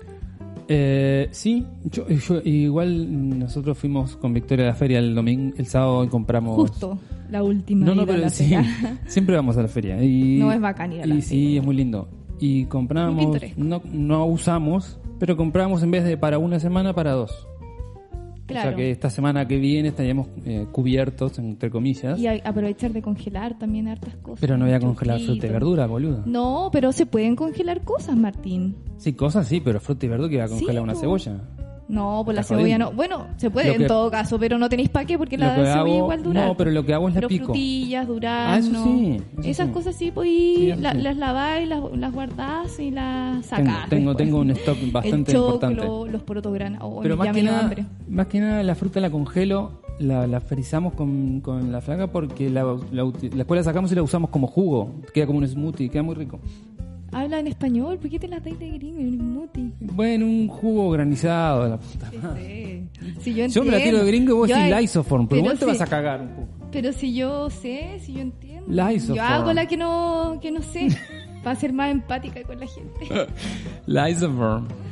[SPEAKER 6] Sí, yo igual nosotros fuimos con Victoria a la feria el sábado y compramos...
[SPEAKER 5] Justo, la última.
[SPEAKER 6] No,
[SPEAKER 5] ida a
[SPEAKER 6] pero
[SPEAKER 5] la
[SPEAKER 6] sí,
[SPEAKER 5] feria.
[SPEAKER 6] siempre vamos a la feria. Y,
[SPEAKER 5] No, es bacán ir a la
[SPEAKER 6] y
[SPEAKER 5] feria.
[SPEAKER 6] sí, es muy lindo. Y
[SPEAKER 5] Muy
[SPEAKER 6] compramos,
[SPEAKER 5] pintoresco.
[SPEAKER 6] no usamos, pero compramos en vez de para una semana, para 2.
[SPEAKER 5] Claro.
[SPEAKER 6] O sea que esta semana que viene estaríamos cubiertos, entre comillas.
[SPEAKER 5] Y aprovechar de congelar también hartas cosas.
[SPEAKER 6] Pero no voy a congelar
[SPEAKER 5] Truquito.
[SPEAKER 6] fruta y verdura, boludo.
[SPEAKER 5] No, pero se pueden congelar cosas, Martín.
[SPEAKER 6] Sí, cosas sí, pero fruta y verdura que va a congelar
[SPEAKER 5] Sí,
[SPEAKER 6] una
[SPEAKER 5] po.
[SPEAKER 6] cebolla.
[SPEAKER 5] No, pues la
[SPEAKER 6] Está
[SPEAKER 5] cebolla
[SPEAKER 6] jodido.
[SPEAKER 5] no. Bueno, se puede
[SPEAKER 6] Lo que-
[SPEAKER 5] en todo caso, pero no tenéis para qué porque
[SPEAKER 6] Lo
[SPEAKER 5] la
[SPEAKER 6] que
[SPEAKER 5] cebolla
[SPEAKER 6] hago-
[SPEAKER 5] igual dura.
[SPEAKER 6] no, pero lo que hago es la
[SPEAKER 5] Pero
[SPEAKER 6] pico.
[SPEAKER 5] frutillas, durazno.
[SPEAKER 6] Ah, eso sí, eso
[SPEAKER 5] Esas
[SPEAKER 6] sí.
[SPEAKER 5] cosas sí
[SPEAKER 6] Sí,
[SPEAKER 5] podéis,
[SPEAKER 6] eso sí.
[SPEAKER 5] las lavás y las guardás y las sacás.
[SPEAKER 6] Tengo
[SPEAKER 5] después.
[SPEAKER 6] un stock bastante
[SPEAKER 5] El choclo,
[SPEAKER 6] importante.
[SPEAKER 5] los porotos granos. Oh,
[SPEAKER 6] Pero
[SPEAKER 5] ya me dio hambre.
[SPEAKER 6] más que nada la fruta la congelo, la frizamos con la flaca porque después la sacamos y la usamos como jugo. Queda como un smoothie, queda muy rico.
[SPEAKER 5] Habla en español, ¿por qué te la dais de gringo? Un smoothie.
[SPEAKER 6] Bueno, un jugo granizado, la puta madre.
[SPEAKER 5] Si yo
[SPEAKER 6] Yo me la tiro de gringo y vos
[SPEAKER 5] Yo
[SPEAKER 6] decís
[SPEAKER 5] hay-
[SPEAKER 6] Lysoform, pero igual te
[SPEAKER 5] sí.
[SPEAKER 6] vas a cagar un poco.
[SPEAKER 5] Pero si yo sé, si yo entiendo.
[SPEAKER 6] Lysoform.
[SPEAKER 5] Yo hago la que no sé, para ser más empática con la gente.
[SPEAKER 6] Lysoform.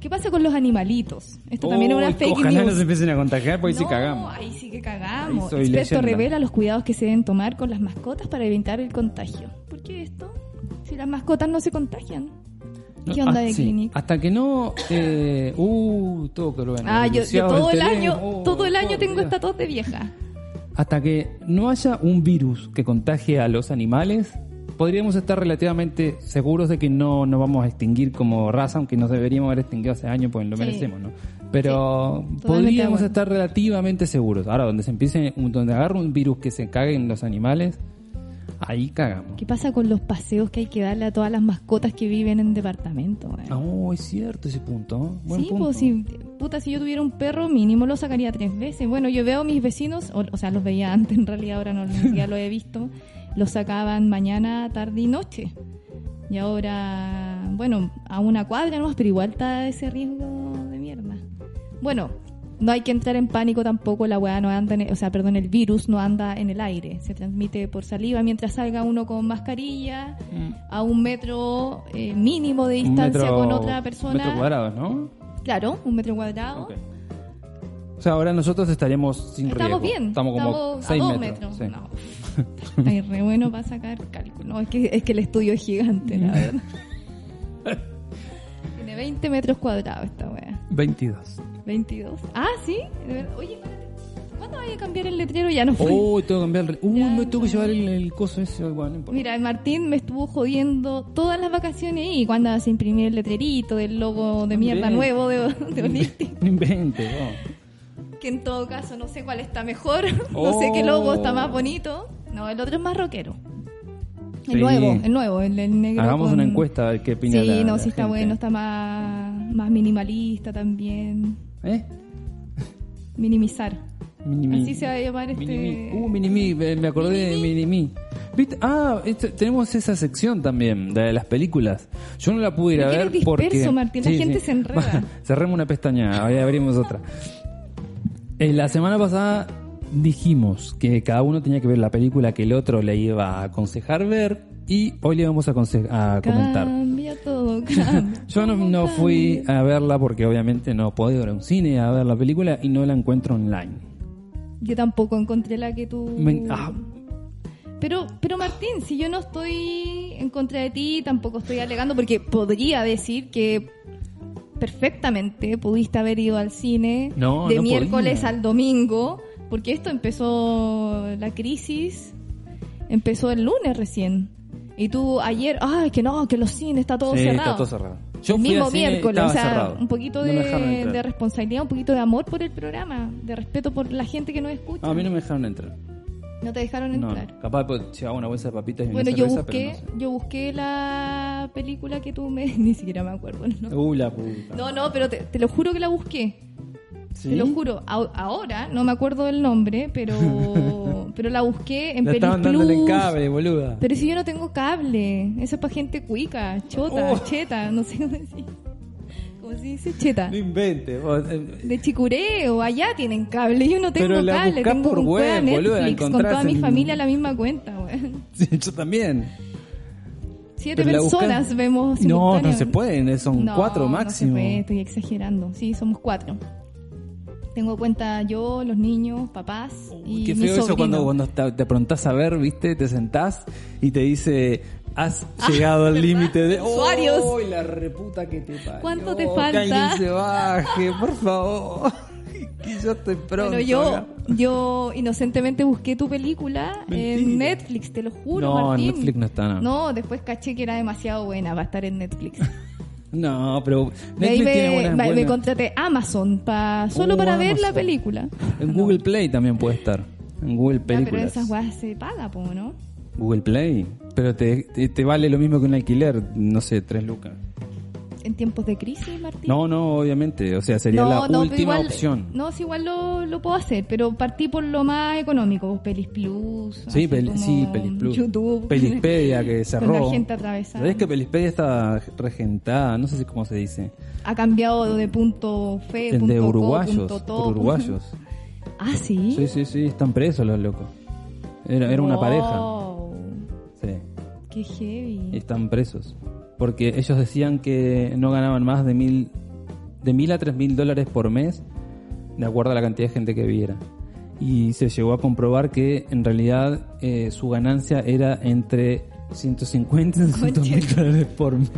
[SPEAKER 5] ¿Qué pasa con los animalitos? Esto también es una fake
[SPEAKER 6] ojalá
[SPEAKER 5] news.
[SPEAKER 6] no se empiecen a contagiar, pues ahí sí
[SPEAKER 5] No,
[SPEAKER 6] cagamos.
[SPEAKER 5] ahí sí que cagamos.
[SPEAKER 6] Ahí soy
[SPEAKER 5] Experto
[SPEAKER 6] leyenda.
[SPEAKER 5] revela los cuidados que se deben tomar con las mascotas para evitar el contagio. ¿Por qué esto? Si las mascotas no se contagian. ¿Qué onda de
[SPEAKER 6] sí.
[SPEAKER 5] clínica?
[SPEAKER 6] Hasta que no... todo cruel.
[SPEAKER 5] Yo todo el año, tengo
[SPEAKER 6] Dios.
[SPEAKER 5] esta tos de vieja.
[SPEAKER 6] Hasta que no haya un virus que contagie a los animales, podríamos estar relativamente seguros de que no nos vamos a extinguir como raza, aunque nos deberíamos haber extinguido hace años, porque lo
[SPEAKER 5] Sí.
[SPEAKER 6] merecemos, ¿no? Pero
[SPEAKER 5] Sí, totalmente de
[SPEAKER 6] podríamos
[SPEAKER 5] acuerdo.
[SPEAKER 6] estar relativamente seguros. Ahora, donde agarre un virus que se cague en los animales, ahí cagamos.
[SPEAKER 5] ¿Qué pasa con los paseos que hay que darle a todas las mascotas que viven en departamento?
[SPEAKER 6] Es cierto ese punto. Buen
[SPEAKER 5] Sí,
[SPEAKER 6] punto.
[SPEAKER 5] pues si yo tuviera un perro, mínimo lo sacaría 3 veces. Bueno, yo veo a mis vecinos, o sea, los veía antes, en realidad ahora no, ni siquiera lo he visto, los sacaban mañana, tarde y noche. Y ahora, bueno, a una cuadra nomás, pero igual está ese riesgo de mierda. Bueno, no hay que entrar en pánico tampoco, la weá no anda, el virus no anda en el aire, se transmite por saliva mientras salga uno con mascarilla, a 1 metro mínimo de distancia con otra persona.
[SPEAKER 6] Metro cuadrado, ¿no?
[SPEAKER 5] Claro, 1 metro cuadrado.
[SPEAKER 6] Ok. O sea, ahora nosotros estaríamos sin
[SPEAKER 5] Estamos
[SPEAKER 6] riesgo.
[SPEAKER 5] bien,
[SPEAKER 6] Estamos como
[SPEAKER 5] estamos
[SPEAKER 6] 6
[SPEAKER 5] a 2
[SPEAKER 6] metros.
[SPEAKER 5] metros.
[SPEAKER 6] Sí.
[SPEAKER 5] No. Está re bueno para sacar cálculo. No, es que el estudio es gigante, la verdad. Tiene 20 metros cuadrados esta wea.
[SPEAKER 6] 22.
[SPEAKER 5] 22. Ah, sí. De verdad. Oye, espérate. ¿Cuándo vaya a cambiar el letrero? Ya no fue.
[SPEAKER 6] Tengo que cambiar
[SPEAKER 5] Ya,
[SPEAKER 6] me tengo que
[SPEAKER 5] no.
[SPEAKER 6] llevar el coso ese. Bueno, no importa.
[SPEAKER 5] Mira, Martín me estuvo jodiendo todas las vacaciones y cuando vas a imprimir el letrerito del logo de mierda
[SPEAKER 6] Invente.
[SPEAKER 5] nuevo de Olympic.
[SPEAKER 6] No inventes, no.
[SPEAKER 5] Que en todo caso no sé cuál está mejor. No sé qué logo está más bonito. No, el otro es más rockero.
[SPEAKER 6] Sí.
[SPEAKER 5] El nuevo, el negro.
[SPEAKER 6] Hagamos
[SPEAKER 5] con-
[SPEAKER 6] una encuesta a ver qué opina
[SPEAKER 5] Sí,
[SPEAKER 6] la
[SPEAKER 5] sí está
[SPEAKER 6] gente.
[SPEAKER 5] bueno, está más minimalista también.
[SPEAKER 6] ¿Eh?
[SPEAKER 5] Minimizar.
[SPEAKER 6] Minimi.
[SPEAKER 5] Así se va a llamar este...
[SPEAKER 6] Minimi. Me acordé de Minimi. ¿Viste? Tenemos esa sección también, de las películas. Yo no la pude ir a
[SPEAKER 5] Pero
[SPEAKER 6] ver
[SPEAKER 5] eres
[SPEAKER 6] porque...
[SPEAKER 5] disperso, Martín, la gente se enreda.
[SPEAKER 6] Cerremos una pestaña, ahí abrimos otra. La semana pasada dijimos que cada uno tenía que ver la película que el otro le iba a aconsejar ver y hoy le vamos a comentar.
[SPEAKER 5] Cambia todo, cambia.
[SPEAKER 6] Yo no fui a verla porque obviamente no puedo ir a un cine a ver la película y no la encuentro online.
[SPEAKER 5] Yo tampoco encontré la que tú...
[SPEAKER 6] Ah.
[SPEAKER 5] Pero Martín, si yo no estoy en contra de ti, tampoco estoy alegando, porque podría decir que perfectamente pudiste haber ido al cine
[SPEAKER 6] No,
[SPEAKER 5] de
[SPEAKER 6] no
[SPEAKER 5] miércoles
[SPEAKER 6] podía.
[SPEAKER 5] al domingo, porque esto la crisis empezó el lunes recién. Y tú ayer, que no, que los cines está todo
[SPEAKER 6] Sí,
[SPEAKER 5] cerrado.
[SPEAKER 6] está todo cerrado.
[SPEAKER 5] El
[SPEAKER 6] Yo fui
[SPEAKER 5] mismo
[SPEAKER 6] al cine,
[SPEAKER 5] miércoles,
[SPEAKER 6] estaba
[SPEAKER 5] o sea,
[SPEAKER 6] cerrado.
[SPEAKER 5] un poquito
[SPEAKER 6] No me dejaron entrar.
[SPEAKER 5] de responsabilidad, un poquito de amor por el programa, de respeto por la gente que nos escucha.
[SPEAKER 6] A mí no me dejaron entrar.
[SPEAKER 5] No te dejaron
[SPEAKER 6] No,
[SPEAKER 5] entrar.
[SPEAKER 6] capaz pues, llevaba una bolsa de papitas y
[SPEAKER 5] Bueno,
[SPEAKER 6] una
[SPEAKER 5] yo
[SPEAKER 6] cerveza,
[SPEAKER 5] busqué,
[SPEAKER 6] pero no
[SPEAKER 5] yo busqué la película que tú me... Ni siquiera me acuerdo.
[SPEAKER 6] sé.
[SPEAKER 5] No,
[SPEAKER 6] La puta.
[SPEAKER 5] no, pero te lo juro que la busqué.
[SPEAKER 6] ¿Sí?
[SPEAKER 5] Te lo juro. Ahora no me acuerdo del nombre, pero la busqué en
[SPEAKER 6] La
[SPEAKER 5] Pelis
[SPEAKER 6] estaban dándole en
[SPEAKER 5] Plus.
[SPEAKER 6] cable, boluda.
[SPEAKER 5] Pero si yo no tengo cable, eso es para gente cuica, chota,
[SPEAKER 6] Oh.
[SPEAKER 5] cheta, no sé cómo decir. ¿Cómo se dice? Cheta.
[SPEAKER 6] No inventes. vos,
[SPEAKER 5] De Chicureo, allá tienen cable, yo no tengo
[SPEAKER 6] Pero la
[SPEAKER 5] cable,
[SPEAKER 6] buscás
[SPEAKER 5] tengo
[SPEAKER 6] por
[SPEAKER 5] un cueva
[SPEAKER 6] web, boluda, la
[SPEAKER 5] Netflix con
[SPEAKER 6] encontrás
[SPEAKER 5] toda mi
[SPEAKER 6] en-
[SPEAKER 5] familia la misma cuenta, weón.
[SPEAKER 6] sí, yo también.
[SPEAKER 5] 7
[SPEAKER 6] Pero la
[SPEAKER 5] personas
[SPEAKER 6] buscás-
[SPEAKER 5] vemos
[SPEAKER 6] No,
[SPEAKER 5] simultáneamente.
[SPEAKER 6] no se pueden, son 4 máximo.
[SPEAKER 5] No se puede, estoy exagerando. Sí, somos 4. Tengo cuenta yo, los niños, papás y
[SPEAKER 6] Qué
[SPEAKER 5] mi
[SPEAKER 6] feo eso
[SPEAKER 5] sobrino.
[SPEAKER 6] cuando te aprontás a ver, ¿viste? Te sentás y te dice, has llegado al límite de...
[SPEAKER 5] Usuarios.
[SPEAKER 6] ¡Oh, la reputa que te parió!
[SPEAKER 5] ¿Cuánto te
[SPEAKER 6] Que
[SPEAKER 5] falta?
[SPEAKER 6] alguien se baje, por favor. Que yo estoy pronto.
[SPEAKER 5] Bueno,
[SPEAKER 6] acá.
[SPEAKER 5] yo inocentemente busqué tu película en
[SPEAKER 6] Mentira.
[SPEAKER 5] Netflix, te lo juro,
[SPEAKER 6] No, en
[SPEAKER 5] Martín.
[SPEAKER 6] Netflix no está, no.
[SPEAKER 5] No, después caché que era demasiado buena para estar en Netflix.
[SPEAKER 6] No, pero
[SPEAKER 5] De ahí
[SPEAKER 6] Netflix tiene
[SPEAKER 5] me
[SPEAKER 6] buenas...
[SPEAKER 5] contraté Amazon solo para ver la
[SPEAKER 6] Amazon.
[SPEAKER 5] película.
[SPEAKER 6] En Google Play también puede estar. En Google
[SPEAKER 5] Ya, pero
[SPEAKER 6] Películas.
[SPEAKER 5] esas weas se paga, po, ¿no?
[SPEAKER 6] Google Play. Pero te vale lo mismo que un alquiler, no sé, 3 lucas.
[SPEAKER 5] En tiempos de crisis, Martín.
[SPEAKER 6] No, obviamente. O sea, sería la
[SPEAKER 5] pero
[SPEAKER 6] última
[SPEAKER 5] igual,
[SPEAKER 6] opción.
[SPEAKER 5] No, sí, igual lo puedo hacer, pero partí por lo más económico, Pelis Plus.
[SPEAKER 6] Sí,
[SPEAKER 5] así como
[SPEAKER 6] Pelis Plus.
[SPEAKER 5] YouTube.
[SPEAKER 6] Pelispedia que
[SPEAKER 5] Con
[SPEAKER 6] cerró.
[SPEAKER 5] la gente atravesada.
[SPEAKER 6] ¿Sabés que Pelispedia está regentada? No sé si cómo se dice.
[SPEAKER 5] Ha cambiado de punto fe,
[SPEAKER 6] El
[SPEAKER 5] punto
[SPEAKER 6] de
[SPEAKER 5] co,
[SPEAKER 6] uruguayos.
[SPEAKER 5] punto to,
[SPEAKER 6] Por uruguayos.
[SPEAKER 5] Ah, ¿sí?
[SPEAKER 6] Sí, están presos los locos. Era una pareja. Sí.
[SPEAKER 5] Qué heavy.
[SPEAKER 6] Están presos. Porque ellos decían que no ganaban más de de $1.000 a $3.000 por mes, de acuerdo a la cantidad de gente que viera. Y se llegó a comprobar que en realidad su ganancia era entre 150 y $200.000 por mes.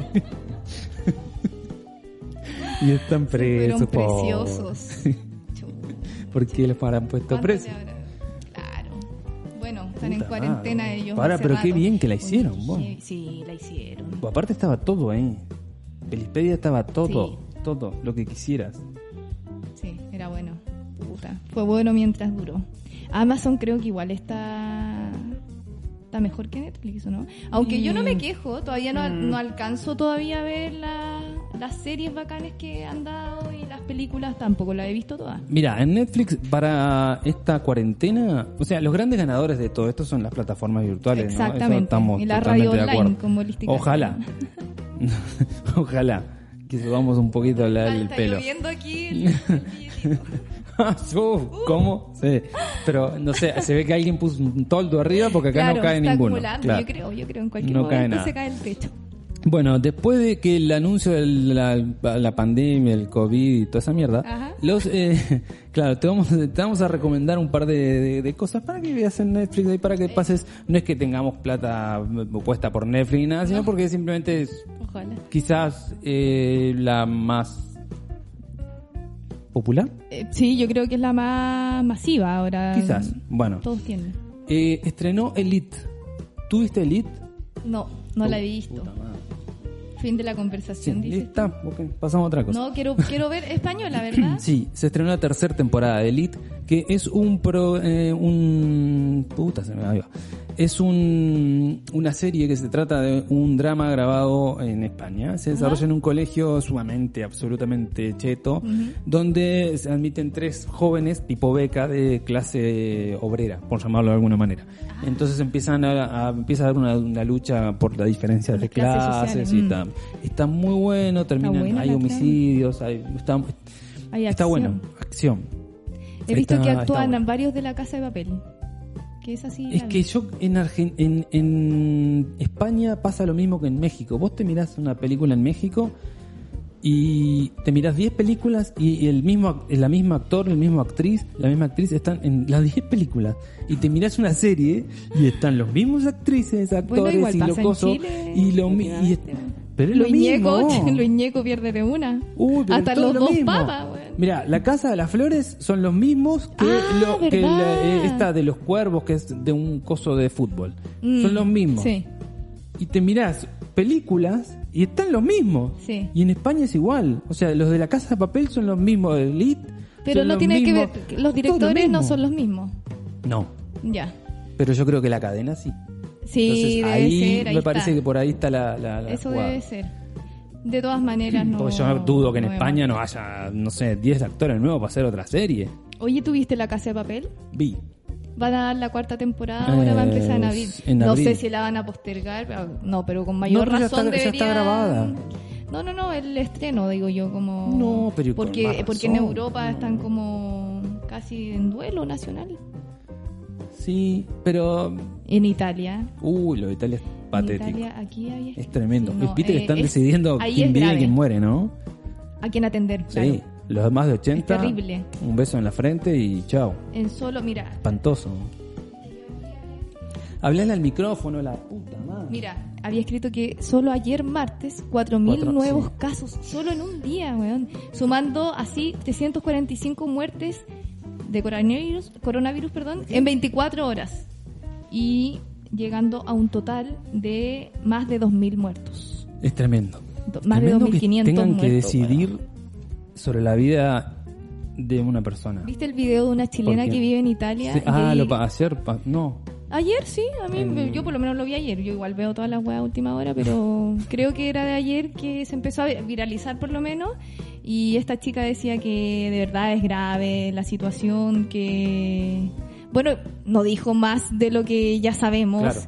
[SPEAKER 6] Y están presos.
[SPEAKER 5] Fueron preciosos.
[SPEAKER 6] ¿Por qué les habrán puesto presos?
[SPEAKER 5] Claro. Bueno, están en
[SPEAKER 6] Puta
[SPEAKER 5] cuarentena
[SPEAKER 6] madre.
[SPEAKER 5] ellos.
[SPEAKER 6] Para,
[SPEAKER 5] hace
[SPEAKER 6] pero qué
[SPEAKER 5] rato.
[SPEAKER 6] bien que la hicieron, vos.
[SPEAKER 5] Sí, la hicieron.
[SPEAKER 6] Pues aparte estaba todo ahí. Pelispedia estaba todo,
[SPEAKER 5] Sí.
[SPEAKER 6] todo, lo que quisieras.
[SPEAKER 5] Sí, era bueno. Puta. Fue bueno mientras duró. Amazon creo que igual está mejor que Netflix, ¿o no? Aunque yo no me quejo, todavía no alcanzo todavía a ver las series bacanes que han dado y las películas tampoco las he visto todas.
[SPEAKER 6] Mira, en Netflix para esta cuarentena, o sea, los grandes ganadores de todo esto son las plataformas virtuales, ¿no?
[SPEAKER 5] Exactamente.
[SPEAKER 6] Eso estamos
[SPEAKER 5] Y la
[SPEAKER 6] totalmente
[SPEAKER 5] radio
[SPEAKER 6] de acuerdo.
[SPEAKER 5] online, como Lística.
[SPEAKER 6] Ojalá. Ojalá que subamos un poquito el
[SPEAKER 5] Está
[SPEAKER 6] pelo.
[SPEAKER 5] lloviendo aquí el billetito.
[SPEAKER 6] ¿Cómo? Sí. Pero no sé, se ve que alguien puso un toldo arriba porque acá
[SPEAKER 5] Claro,
[SPEAKER 6] no cae
[SPEAKER 5] está
[SPEAKER 6] ninguno.
[SPEAKER 5] acumulando,
[SPEAKER 6] Claro.
[SPEAKER 5] yo creo en cualquier
[SPEAKER 6] No cae
[SPEAKER 5] momento
[SPEAKER 6] nada.
[SPEAKER 5] se cae el techo.
[SPEAKER 6] Bueno, después de que el anuncio de la pandemia, el COVID y toda esa mierda,
[SPEAKER 5] Ajá.
[SPEAKER 6] claro, te vamos a recomendar un par de cosas para que veas en Netflix y para que pases. No es que tengamos plata puesta por Netflix ni nada, sino porque simplemente es
[SPEAKER 5] Ojalá.
[SPEAKER 6] quizás la más popular.
[SPEAKER 5] Sí, yo creo que es la más masiva ahora.
[SPEAKER 6] Quizás. Bueno,
[SPEAKER 5] Todos tienen.
[SPEAKER 6] estrenó Elite. ¿Tú viste Elite?
[SPEAKER 5] No la he visto.
[SPEAKER 6] Puta madre.
[SPEAKER 5] Fin de la conversación,
[SPEAKER 6] Sí,
[SPEAKER 5] dices.
[SPEAKER 6] está. Ok, pasamos a otra cosa.
[SPEAKER 5] No, quiero ver española, ¿verdad?
[SPEAKER 6] Sí, se estrenó la tercera temporada de Elite, que es puta, se me va. Es una serie que se trata de un drama grabado en España. Se desarrolla en un colegio sumamente, absolutamente cheto, donde se admiten 3 jóvenes tipo beca de clase obrera, por llamarlo de alguna manera. Entonces empieza a haber una lucha por la diferencia
[SPEAKER 5] Por
[SPEAKER 6] de
[SPEAKER 5] las clases
[SPEAKER 6] clases
[SPEAKER 5] sociales,
[SPEAKER 6] y está muy bueno, terminan,
[SPEAKER 5] buena
[SPEAKER 6] hay
[SPEAKER 5] la
[SPEAKER 6] homicidios,
[SPEAKER 5] Hay
[SPEAKER 6] está
[SPEAKER 5] acción.
[SPEAKER 6] bueno, acción.
[SPEAKER 5] He visto
[SPEAKER 6] Está-
[SPEAKER 5] que
[SPEAKER 6] está
[SPEAKER 5] actúan
[SPEAKER 6] bueno.
[SPEAKER 5] varios de La Casa de Papel. Que es así.
[SPEAKER 6] Es que yo en España pasa lo mismo que en México. Vos te mirás una película en México y te mirás 10 películas y la misma actor, la misma actriz están en las 10 películas. Y te mirás una serie y están los mismos actrices, actores
[SPEAKER 5] igual
[SPEAKER 6] y
[SPEAKER 5] pasa
[SPEAKER 6] lo
[SPEAKER 5] en
[SPEAKER 6] coso
[SPEAKER 5] Chile,
[SPEAKER 6] y lo pero es lo mismo.
[SPEAKER 5] Lo Ñeco pierde de una.
[SPEAKER 6] Uy, pero
[SPEAKER 5] hasta
[SPEAKER 6] todo
[SPEAKER 5] los
[SPEAKER 6] lo
[SPEAKER 5] dos
[SPEAKER 6] mismo.
[SPEAKER 5] papas, weón.
[SPEAKER 6] Mira, La Casa de las Flores son los mismos que,
[SPEAKER 5] ¿verdad?
[SPEAKER 6] esta de los cuervos, que es de un coso de fútbol. Son los mismos.
[SPEAKER 5] Sí.
[SPEAKER 6] Y te mirás películas y están los mismos.
[SPEAKER 5] Sí.
[SPEAKER 6] Y en España es igual. O sea, los de La Casa de Papel son los mismos de Elite.
[SPEAKER 5] Pero
[SPEAKER 6] son
[SPEAKER 5] no
[SPEAKER 6] los
[SPEAKER 5] tiene que
[SPEAKER 6] mismos.
[SPEAKER 5] ver. Los
[SPEAKER 6] Todo lo
[SPEAKER 5] directores no
[SPEAKER 6] mismo.
[SPEAKER 5] son los mismos.
[SPEAKER 6] No,
[SPEAKER 5] Ya.
[SPEAKER 6] pero yo creo que la cadena sí.
[SPEAKER 5] Sí,
[SPEAKER 6] Entonces
[SPEAKER 5] debe
[SPEAKER 6] ahí
[SPEAKER 5] ser. Ahí
[SPEAKER 6] me
[SPEAKER 5] está.
[SPEAKER 6] parece que por ahí está la
[SPEAKER 5] Eso
[SPEAKER 6] jugada.
[SPEAKER 5] debe ser. De todas maneras, no.
[SPEAKER 6] Porque yo dudo que en
[SPEAKER 5] no
[SPEAKER 6] España
[SPEAKER 5] vemos.
[SPEAKER 6] no haya, no sé, 10 actores nuevos para hacer otra serie.
[SPEAKER 5] Oye, ¿tuviste La Casa de Papel?
[SPEAKER 6] Vi.
[SPEAKER 5] Van a dar la 4ª temporada, ahora va a empezar en abril.
[SPEAKER 6] en
[SPEAKER 5] No
[SPEAKER 6] abril.
[SPEAKER 5] sé si la van a postergar, pero con mayor
[SPEAKER 6] No, pero ya
[SPEAKER 5] razón
[SPEAKER 6] está- ya está
[SPEAKER 5] deberían-
[SPEAKER 6] grabada.
[SPEAKER 5] No, el estreno, digo yo, como...
[SPEAKER 6] No, pero con más
[SPEAKER 5] porque en
[SPEAKER 6] razón.
[SPEAKER 5] Europa están como casi en duelo nacional.
[SPEAKER 6] Sí, pero...
[SPEAKER 5] En Italia.
[SPEAKER 6] Lo de Italia es patético.
[SPEAKER 5] En Italia, aquí hay...
[SPEAKER 6] Es tremendo.
[SPEAKER 5] Sí, no,
[SPEAKER 6] Viste que están
[SPEAKER 5] es-
[SPEAKER 6] decidiendo
[SPEAKER 5] ahí
[SPEAKER 6] quién
[SPEAKER 5] es
[SPEAKER 6] vive y
[SPEAKER 5] grave.
[SPEAKER 6] quién muere, ¿no?
[SPEAKER 5] A quién atender,
[SPEAKER 6] Sí.
[SPEAKER 5] claro.
[SPEAKER 6] Los de más de 80.
[SPEAKER 5] Es terrible.
[SPEAKER 6] Un beso en la frente y chao.
[SPEAKER 5] En solo, mira,
[SPEAKER 6] Espantoso. Hablale al micrófono, la puta madre.
[SPEAKER 5] Mira, había escrito que solo ayer martes 4.000 nuevos
[SPEAKER 6] sí.
[SPEAKER 5] casos, solo en un día, weón. Sumando así 345 muertes de coronavirus, en 24 horas. Y llegando a un total de más de 2.000 muertos.
[SPEAKER 6] Es tremendo.
[SPEAKER 5] Más de
[SPEAKER 6] Tremendo que
[SPEAKER 5] 2.500
[SPEAKER 6] tengan que
[SPEAKER 5] muertos,
[SPEAKER 6] decidir
[SPEAKER 5] weón.
[SPEAKER 6] sobre la vida de una persona.
[SPEAKER 5] ¿Viste el video de una chilena
[SPEAKER 6] ¿Por qué?
[SPEAKER 5] que vive en Italia?
[SPEAKER 6] Sí,
[SPEAKER 5] Y ahí-
[SPEAKER 6] ayer, no.
[SPEAKER 5] Ayer sí, a mí yo por lo menos lo vi ayer. Yo igual veo todas las weas a última hora, pero creo que era de ayer que se empezó a viralizar por lo menos. Y esta chica decía que de verdad es grave la situación, que... Bueno, no dijo más de lo que ya sabemos,
[SPEAKER 6] Claro.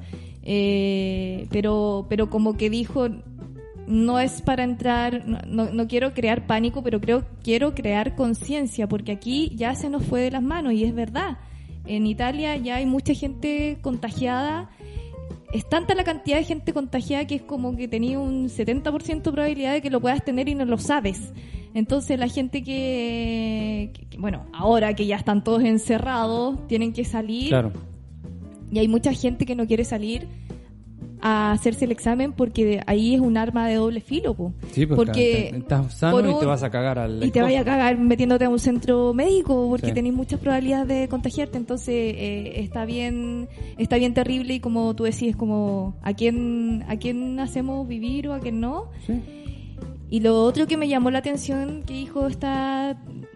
[SPEAKER 5] pero como que dijo... No es para entrar, no quiero crear pánico, pero quiero crear conciencia, porque aquí ya se nos fue de las manos y es verdad. En Italia ya hay mucha gente contagiada. Es tanta la cantidad de gente contagiada que es como que tenía un 70% de probabilidad de que lo puedas tener y no lo sabes. Entonces la gente bueno, ahora que ya están todos encerrados, tienen que salir.
[SPEAKER 6] Claro.
[SPEAKER 5] Y hay mucha gente que no quiere salir a hacerse el examen porque ahí es un arma de doble filo, po.
[SPEAKER 6] Sí, porque estás sano y te vas a cagar y
[SPEAKER 5] te vayas a cagar metiéndote a un centro médico porque
[SPEAKER 6] sí.
[SPEAKER 5] tenés muchas probabilidades de contagiarte. Entonces está bien terrible, y como tú decís, como a quién hacemos vivir o a quién no.
[SPEAKER 6] Sí.
[SPEAKER 5] Y lo otro que me llamó la atención que dijo esta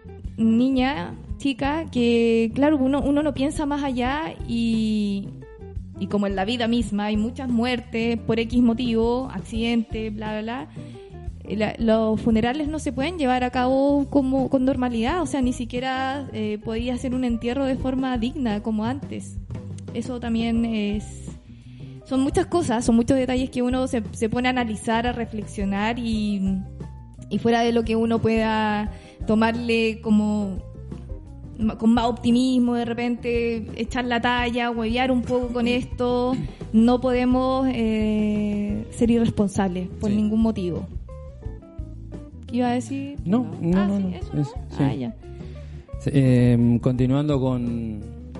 [SPEAKER 5] chica, que claro, uno no piensa más allá, y como en la vida misma hay muchas muertes por X motivo, accidentes, bla, bla, bla, los funerales no se pueden llevar a cabo como con normalidad, o sea, ni siquiera podía hacer un entierro de forma digna como antes. Eso también son muchas cosas, son muchos detalles que uno se pone a analizar, a reflexionar, y fuera de lo que uno pueda tomarle como con más optimismo, de repente echar la talla, huevear un poco con esto, no podemos ser irresponsables por
[SPEAKER 6] sí.
[SPEAKER 5] ningún motivo. ¿Qué iba a decir?
[SPEAKER 6] No.
[SPEAKER 5] Eso.
[SPEAKER 6] Sí.
[SPEAKER 5] Ya.
[SPEAKER 6] Continuando con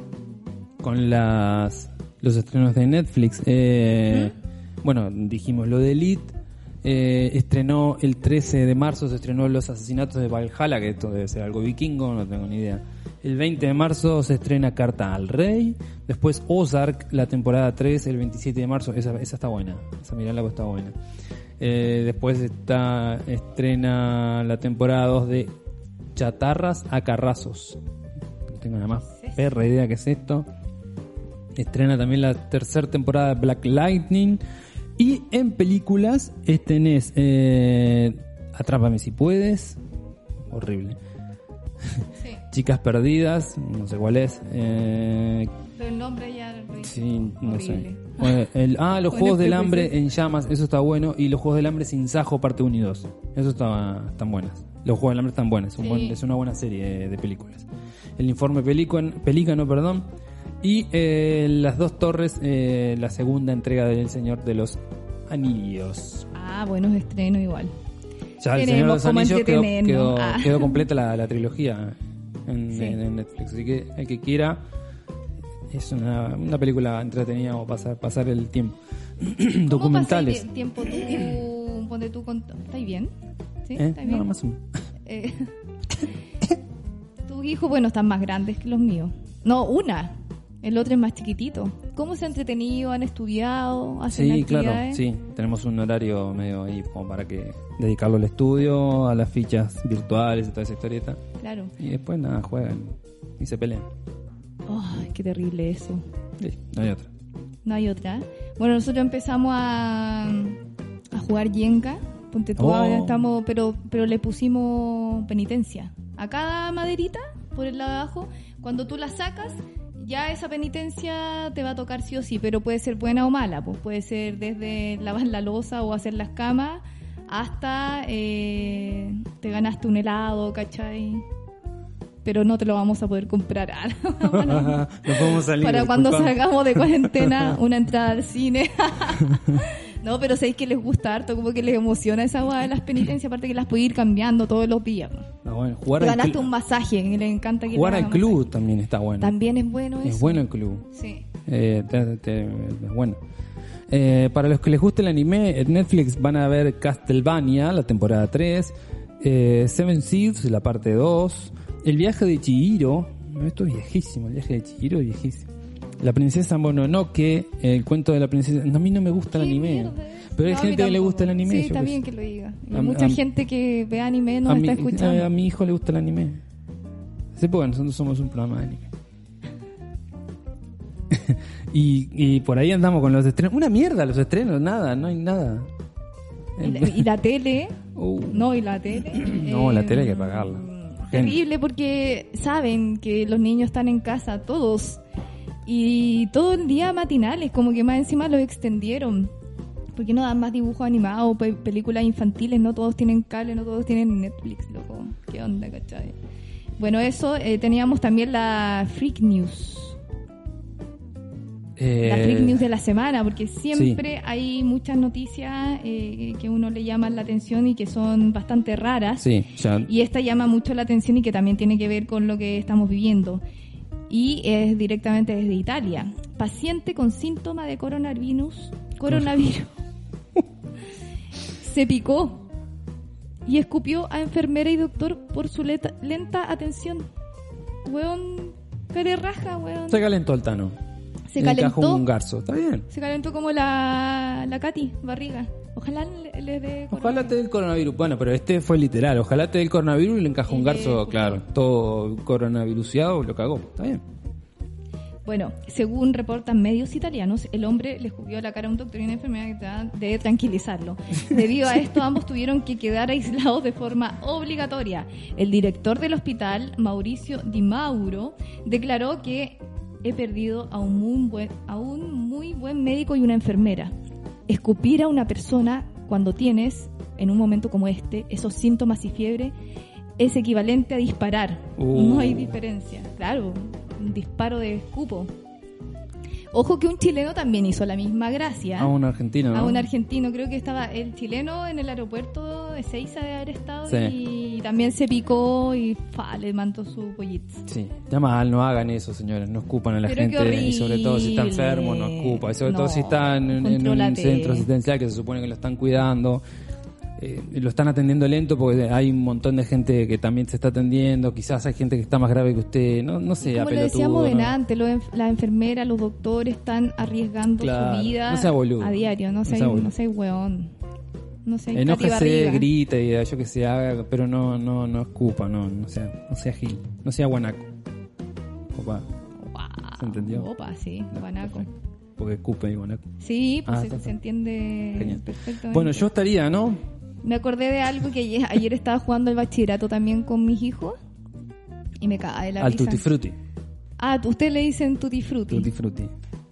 [SPEAKER 6] los estrenos de Netflix. Bueno, dijimos lo de Elite. Estrenó el 13 de marzo, se estrenó Los Asesinatos de Valhalla, que esto debe ser algo vikingo, no tengo ni idea. El 20 de marzo se estrena Carta al Rey. Después Ozark, la temporada 3, el 27 de marzo. Esa está buena. Esa mirala, pues está buena. Después estrena la temporada 2 de Chatarras a Carrazos. No tengo nada más perra idea que es esto. Estrena también la tercera temporada de Black Lightning. Y en películas tenés Atrápame si puedes. Horrible.
[SPEAKER 5] Sí.
[SPEAKER 6] Chicas perdidas, no sé cuál es.
[SPEAKER 5] Pero el nombre ya
[SPEAKER 6] sí, no
[SPEAKER 5] horrible.
[SPEAKER 6] Sé. Los Juegos del Hambre en llamas, eso está bueno. Y los Juegos del Hambre sin Sajo, parte 1 y 2. Eso están buenas. Los Juegos del Hambre están buenas.
[SPEAKER 5] Sí.
[SPEAKER 6] Es una buena serie de películas. El Informe Pelícano, perdón. Y Las Dos Torres, la segunda entrega del Señor de los Anillos.
[SPEAKER 5] Buenos estrenos igual.
[SPEAKER 6] Ya el Señor de los Anillos
[SPEAKER 5] entretenernos.
[SPEAKER 6] quedó completa la trilogía en Netflix. Así que el que quiera, es una película entretenida o pasar el tiempo. Documentales.
[SPEAKER 5] ¿Cómo pasas el tiempo tú? Ponte tú con... ¿Estás bien? ¿Sí? ¿Estás bien?
[SPEAKER 6] No, más o menos.
[SPEAKER 5] Tus hijos, bueno, están más grandes que los míos. No, el otro es más chiquitito. ¿Cómo se han entretenido? ¿Han estudiado? ¿Hacen actividades?
[SPEAKER 6] Claro, sí. Tenemos un horario medio ahí como para dedicarlo al estudio, a las fichas virtuales y toda esa historieta.
[SPEAKER 5] Claro.
[SPEAKER 6] Y después nada, juegan y se pelean.
[SPEAKER 5] Ay, qué terrible eso.
[SPEAKER 6] Sí, no hay otra.
[SPEAKER 5] No hay otra. Bueno, nosotros empezamos a jugar Jenga. Ponte tú, ahora estamos, pero le pusimos penitencia. A cada maderita, por el lado de abajo, cuando tú la sacas, ya esa penitencia te va a tocar sí o sí, pero puede ser buena o mala. Pues puede ser desde lavar la loza o hacer las camas hasta te ganaste un helado, ¿cachai? Pero no te lo vamos a poder comprar.
[SPEAKER 6] No podemos salir.
[SPEAKER 5] Para cuando salgamos de cuarentena, una entrada al cine. No, pero sabéis que les gusta harto, como que les emociona esa hueá de las penitencias, aparte que las puedes ir cambiando todos los días.
[SPEAKER 6] No, bueno,
[SPEAKER 5] te ganaste un masaje, que les encanta que
[SPEAKER 6] jugar al club
[SPEAKER 5] masaje.
[SPEAKER 6] También está bueno.
[SPEAKER 5] También es bueno eso.
[SPEAKER 6] Es bueno el club.
[SPEAKER 5] Sí.
[SPEAKER 6] Es bueno. Para los que les guste el anime, en Netflix van a ver Castlevania, la temporada 3, Seven Seeds, la parte 2, El viaje de Chihiro. Esto es viejísimo, el viaje de Chihiro es viejísimo. La princesa Mononoke, el cuento de la princesa. A mí no me gusta el anime.
[SPEAKER 5] Mierda.
[SPEAKER 6] Pero hay gente que le gusta el anime.
[SPEAKER 5] Sí, está bien que lo diga. Y mucha gente que ve anime nos está escuchando.
[SPEAKER 6] A mi hijo le gusta el anime. Sí, porque nosotros somos un programa de anime. y por ahí andamos con los estrenos. Una mierda los estrenos, nada, no hay nada.
[SPEAKER 5] ¿Y la tele? No, ¿y la tele?
[SPEAKER 6] No, la tele hay que pagarla.
[SPEAKER 5] Terrible porque saben que los niños están en casa, todos. Y todo el día matinales, como que más encima los extendieron. Porque no dan más dibujos animados, películas infantiles, no todos tienen cable, no todos tienen Netflix, loco. ¿Qué onda, cachai? Bueno, eso, teníamos también la Freak News. La fake news de la semana, porque siempre hay muchas noticias que uno le llaman la atención y que son bastante raras.
[SPEAKER 6] Sí, ya.
[SPEAKER 5] Y esta llama mucho la atención y que también tiene que ver con lo que estamos viviendo. Y es directamente desde Italia. Paciente con síntoma de coronavirus se picó y escupió a enfermera y doctor por su lenta atención. Weón, care raja, weón.
[SPEAKER 6] Se calentó el Tano.
[SPEAKER 5] Se calentó.
[SPEAKER 6] Encajó un garzo, está bien.
[SPEAKER 5] Se calentó como la Katy Barriga. Ojalá le dé...
[SPEAKER 6] Ojalá te dé el coronavirus. Bueno, pero este fue literal. Ojalá te dé el coronavirus y le encajó un garzo, claro. Todo coronavirusiado, lo cagó. Está bien.
[SPEAKER 5] Bueno, según reportan medios italianos, el hombre le escupió a la cara a un doctor y una enfermera que debe tranquilizarlo. Debido a esto, ambos tuvieron que quedar aislados de forma obligatoria. El director del hospital, Mauricio Di Mauro, declaró que he perdido a un muy buen médico y una enfermera. Escupir a una persona cuando tienes, en un momento como este, esos síntomas y fiebre, es equivalente a disparar. No hay diferencia. Claro, un disparo de escupo. Ojo que un chileno también hizo la misma gracia.
[SPEAKER 6] A un argentino, ¿no?
[SPEAKER 5] A un argentino. Creo que estaba el chileno en el aeropuerto de Seiza de haber estado,
[SPEAKER 6] sí.
[SPEAKER 5] Y también se picó y le mandó su pollito.
[SPEAKER 6] Sí, ya mal, no hagan eso, señores. No escupan a la
[SPEAKER 5] Pero
[SPEAKER 6] gente. Y sobre todo si está enfermo, no escupa. Y sobre todo si está en un centro asistencial que se supone que lo están cuidando. Lo están atendiendo lento porque hay un montón de gente que también se está atendiendo, quizás hay gente que está más grave que usted, no sé,
[SPEAKER 5] como le decíamos delante, las enfermeras, los doctores están arriesgando su vida
[SPEAKER 6] no sea boludo,
[SPEAKER 5] a diario, no sea hueón, no sea
[SPEAKER 6] enójese, grite y yo que se haga, pero no escupa, no sea gil, no sea guanaco. Opa. ¿Se entendió?
[SPEAKER 5] Opa, sí, guanaco.
[SPEAKER 6] Porque escupe y guanaco.
[SPEAKER 5] Sí, pues se entiende perfectamente.
[SPEAKER 6] Bueno, yo estaría, ¿no?
[SPEAKER 5] Me acordé de algo que ayer estaba jugando el bachillerato también con mis hijos y me cae la risa.
[SPEAKER 6] Al Tutti Frutti.
[SPEAKER 5] Ah, ustedes le dicen Tutti Frutti.
[SPEAKER 6] Tutti Frutti.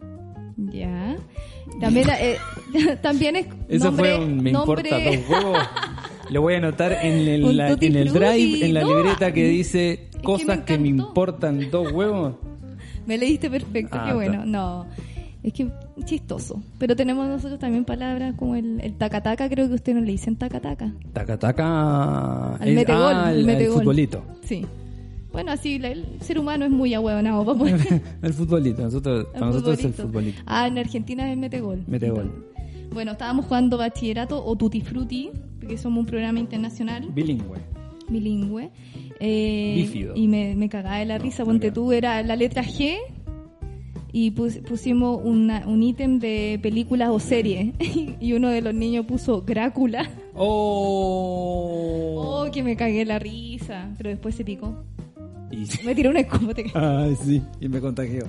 [SPEAKER 5] Ya. También, también es
[SPEAKER 6] eso
[SPEAKER 5] nombre,
[SPEAKER 6] fue me importa dos huevos. Lo voy a anotar en el drive, en la libreta que dice cosas que me importan dos huevos.
[SPEAKER 5] Me leíste perfecto, qué bueno. No, es que chistoso. Pero tenemos nosotros también palabras como el tacataca, creo que ustedes no le dicen tacataca.
[SPEAKER 6] Tacataca.
[SPEAKER 5] Al metegol.
[SPEAKER 6] El futbolito.
[SPEAKER 5] Sí. Bueno, así el ser humano es muy ahueonado.
[SPEAKER 6] El futbolito, para nosotros es el futbolito.
[SPEAKER 5] Ah, en Argentina es el metegol.
[SPEAKER 6] Metegol.
[SPEAKER 5] Bueno, estábamos jugando bachillerato o Tutti Frutti, porque somos un programa internacional.
[SPEAKER 6] Bilingüe.
[SPEAKER 5] Bífido. Y me cagaba de la risa. Ponte tú, era la letra G. Y pusimos un ítem de películas o series. Y uno de los niños puso Drácula. Oh, que me cagué la risa. Pero después se picó. Y me tiró un escote.
[SPEAKER 6] Sí, y me contagió.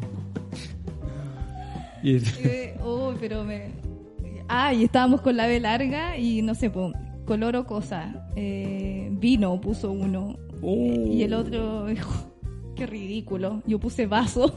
[SPEAKER 5] Pero y estábamos con la B larga y no sé, color o cosa. Vino puso uno. Y el otro dijo, qué ridículo. Yo puse vaso.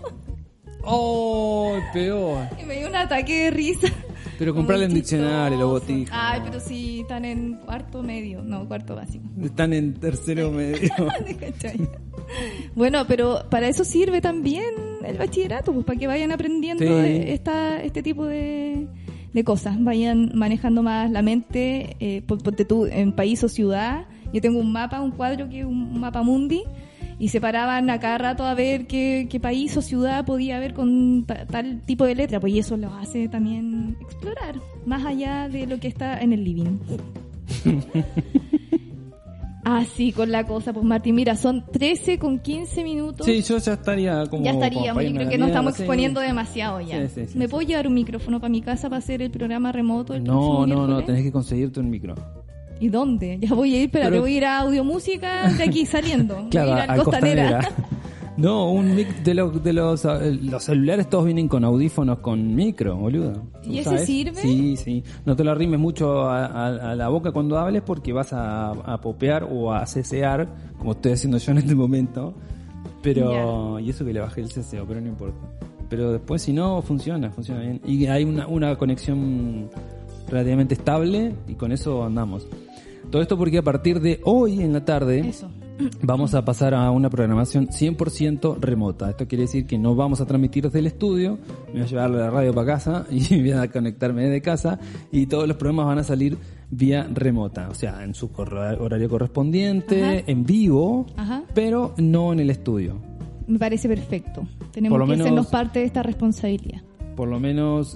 [SPEAKER 6] Peor.
[SPEAKER 5] Y me dio un ataque de risa.
[SPEAKER 6] Pero comprarle en diccionario, los botijas.
[SPEAKER 5] Ay, pero sí, están en cuarto básico.
[SPEAKER 6] Están en tercero medio.
[SPEAKER 5] Bueno, pero para eso sirve también el bachillerato, pues para que vayan aprendiendo este tipo de cosas, vayan manejando más la mente. Ponte tú en país o ciudad. Yo tengo un cuadro que es un mapa mundi. Y se paraban a cada rato a ver qué país o ciudad podía haber con tal tipo de letra. Pues y eso los hace también explorar, más allá de lo que está en el living. Así con la cosa, pues Martín, mira, son 13:15 minutos.
[SPEAKER 6] Sí, yo ya estaría como...
[SPEAKER 5] Ya estaríamos, yo creo que nos estamos exponiendo demasiado ya. Sí. ¿Me puedo llevar un micrófono para mi casa para hacer el programa remoto el próximo miércoles? No,
[SPEAKER 6] tenés que conseguirte un micro.
[SPEAKER 5] ¿Y dónde? Ya voy a ir, te voy a ir a Audiomúsica de aquí saliendo.
[SPEAKER 6] Claro,
[SPEAKER 5] voy a ir al Costanera.
[SPEAKER 6] No, un mic de los celulares todos vienen con audífonos con micro, boludo.
[SPEAKER 5] ¿Y ese sirve?
[SPEAKER 6] Sí. No te lo arrimes mucho a la boca cuando hables porque vas a popear o a cesear, como estoy haciendo yo en este momento. Pero y eso que le bajé el ceseo, pero no importa. Pero después si no, funciona bien. Y hay una conexión relativamente estable y con eso andamos. Todo esto porque a partir de hoy en la tarde vamos a pasar a una programación 100% remota. Esto quiere decir que no vamos a transmitir desde el estudio, me voy a llevar la radio para casa y voy a conectarme desde casa y todos los programas van a salir vía remota, o sea, en su horario correspondiente,
[SPEAKER 5] Ajá.
[SPEAKER 6] en vivo,
[SPEAKER 5] Ajá.
[SPEAKER 6] pero no en el estudio.
[SPEAKER 5] Me parece perfecto. Tenemos
[SPEAKER 6] Por lo
[SPEAKER 5] que
[SPEAKER 6] menos-
[SPEAKER 5] hacernos parte de esta responsabilidad.
[SPEAKER 6] Por lo menos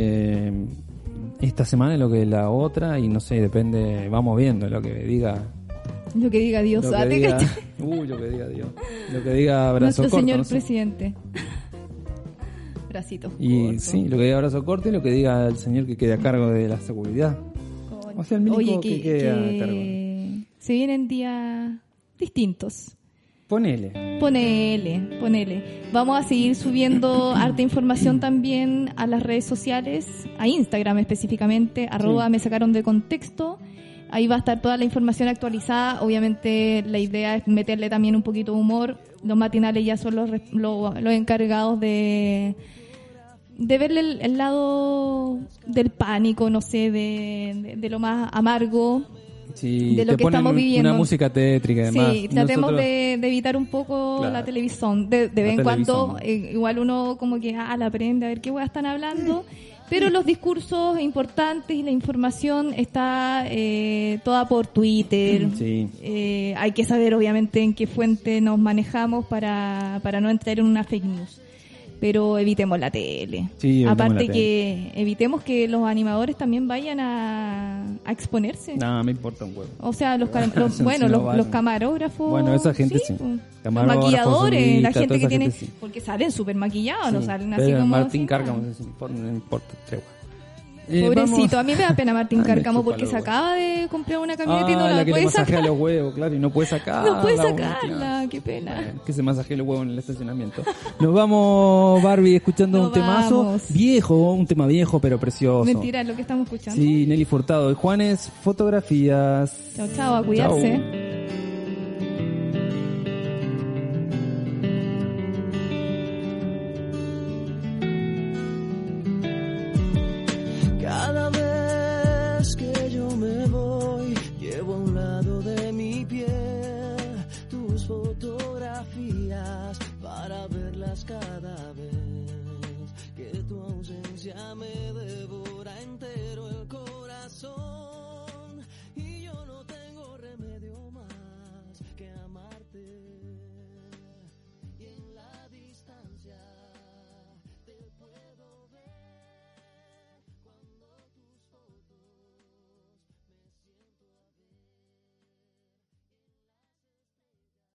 [SPEAKER 6] esta semana es lo que la otra y no sé, depende, vamos viendo lo que diga.
[SPEAKER 5] Lo que diga Dios.
[SPEAKER 6] Lo que
[SPEAKER 5] ¿te
[SPEAKER 6] diga,
[SPEAKER 5] cachai?
[SPEAKER 6] lo que diga Dios. Lo que diga Abrazo
[SPEAKER 5] Nuestro
[SPEAKER 6] Corto.
[SPEAKER 5] señor
[SPEAKER 6] no sé.
[SPEAKER 5] presidente. Bracitos
[SPEAKER 6] Y
[SPEAKER 5] cortos.
[SPEAKER 6] sí, lo que diga Abrazo Corto y lo que diga el señor que quede a cargo de la seguridad. O sea, el milico
[SPEAKER 5] Oye,
[SPEAKER 6] que quede a cargo.
[SPEAKER 5] se vienen días distintos.
[SPEAKER 6] Ponele.
[SPEAKER 5] Ponele. Vamos a seguir subiendo harta información también a las redes sociales, a Instagram específicamente, @ me sacaron de contexto. Ahí va a estar toda la información actualizada. Obviamente la idea es meterle también un poquito de humor. Los matinales ya son los encargados de verle el lado del pánico, no sé, de lo más amargo.
[SPEAKER 6] Sí,
[SPEAKER 5] De lo
[SPEAKER 6] te
[SPEAKER 5] que
[SPEAKER 6] ponen
[SPEAKER 5] estamos viviendo.
[SPEAKER 6] una música tétrica además.
[SPEAKER 5] Sí, tratemos
[SPEAKER 6] Nosotros-
[SPEAKER 5] de evitar un poco
[SPEAKER 6] Claro.
[SPEAKER 5] la televisión. De vez en cuando,
[SPEAKER 6] televisión.
[SPEAKER 5] igual uno como que la aprende a ver qué weas están hablando. Pero los discursos importantes y la información está toda por Twitter.
[SPEAKER 6] Sí.
[SPEAKER 5] Hay que saber obviamente en qué fuente nos manejamos para no entrar en una fake news. Pero evitemos la tele.
[SPEAKER 6] Sí, evitemos
[SPEAKER 5] Aparte
[SPEAKER 6] la
[SPEAKER 5] que evitemos que los animadores también vayan a exponerse.
[SPEAKER 6] No, me importa un huevo.
[SPEAKER 5] O sea, los
[SPEAKER 6] Si no van.
[SPEAKER 5] los camarógrafos.
[SPEAKER 6] Bueno, esa gente sí.
[SPEAKER 5] Pues, los
[SPEAKER 6] Camarógrafos,
[SPEAKER 5] maquilladores, la
[SPEAKER 6] solistas,
[SPEAKER 5] gente
[SPEAKER 6] toda
[SPEAKER 5] que
[SPEAKER 6] esa
[SPEAKER 5] tiene.
[SPEAKER 6] gente sí.
[SPEAKER 5] Porque salen súper maquillados, no
[SPEAKER 6] Sí,
[SPEAKER 5] salen
[SPEAKER 6] pero
[SPEAKER 5] así como.
[SPEAKER 6] Martín
[SPEAKER 5] así,
[SPEAKER 6] Cárcamo,
[SPEAKER 5] nada.
[SPEAKER 6] no importa, tregua.
[SPEAKER 5] Pobrecito, a mí me da pena Martín
[SPEAKER 6] Ay, me
[SPEAKER 5] Cárcamo
[SPEAKER 6] chupa
[SPEAKER 5] porque
[SPEAKER 6] los
[SPEAKER 5] se
[SPEAKER 6] huevos.
[SPEAKER 5] acaba de comprar una camioneta y no
[SPEAKER 6] la
[SPEAKER 5] la
[SPEAKER 6] que le
[SPEAKER 5] puede
[SPEAKER 6] masajea
[SPEAKER 5] sacar.
[SPEAKER 6] los huevos, claro, y no puede sacarla.
[SPEAKER 5] No puede
[SPEAKER 6] bueno,
[SPEAKER 5] sacarla,
[SPEAKER 6] claro.
[SPEAKER 5] qué pena.
[SPEAKER 6] Bueno, que se masajee los huevos en el estacionamiento. Nos vamos, Barbie, escuchando
[SPEAKER 5] Nos
[SPEAKER 6] un temazo
[SPEAKER 5] vamos.
[SPEAKER 6] viejo, un tema viejo pero precioso.
[SPEAKER 5] Mentira, es lo que estamos escuchando.
[SPEAKER 6] Sí, Nelly Furtado y Juanes, fotografías.
[SPEAKER 5] Chao, chao, a cuidarse.
[SPEAKER 6] Chao.
[SPEAKER 7] Cada vez que yo me voy, llevo a un lado de mi piel tus fotografías para verlas cada vez que tu ausencia me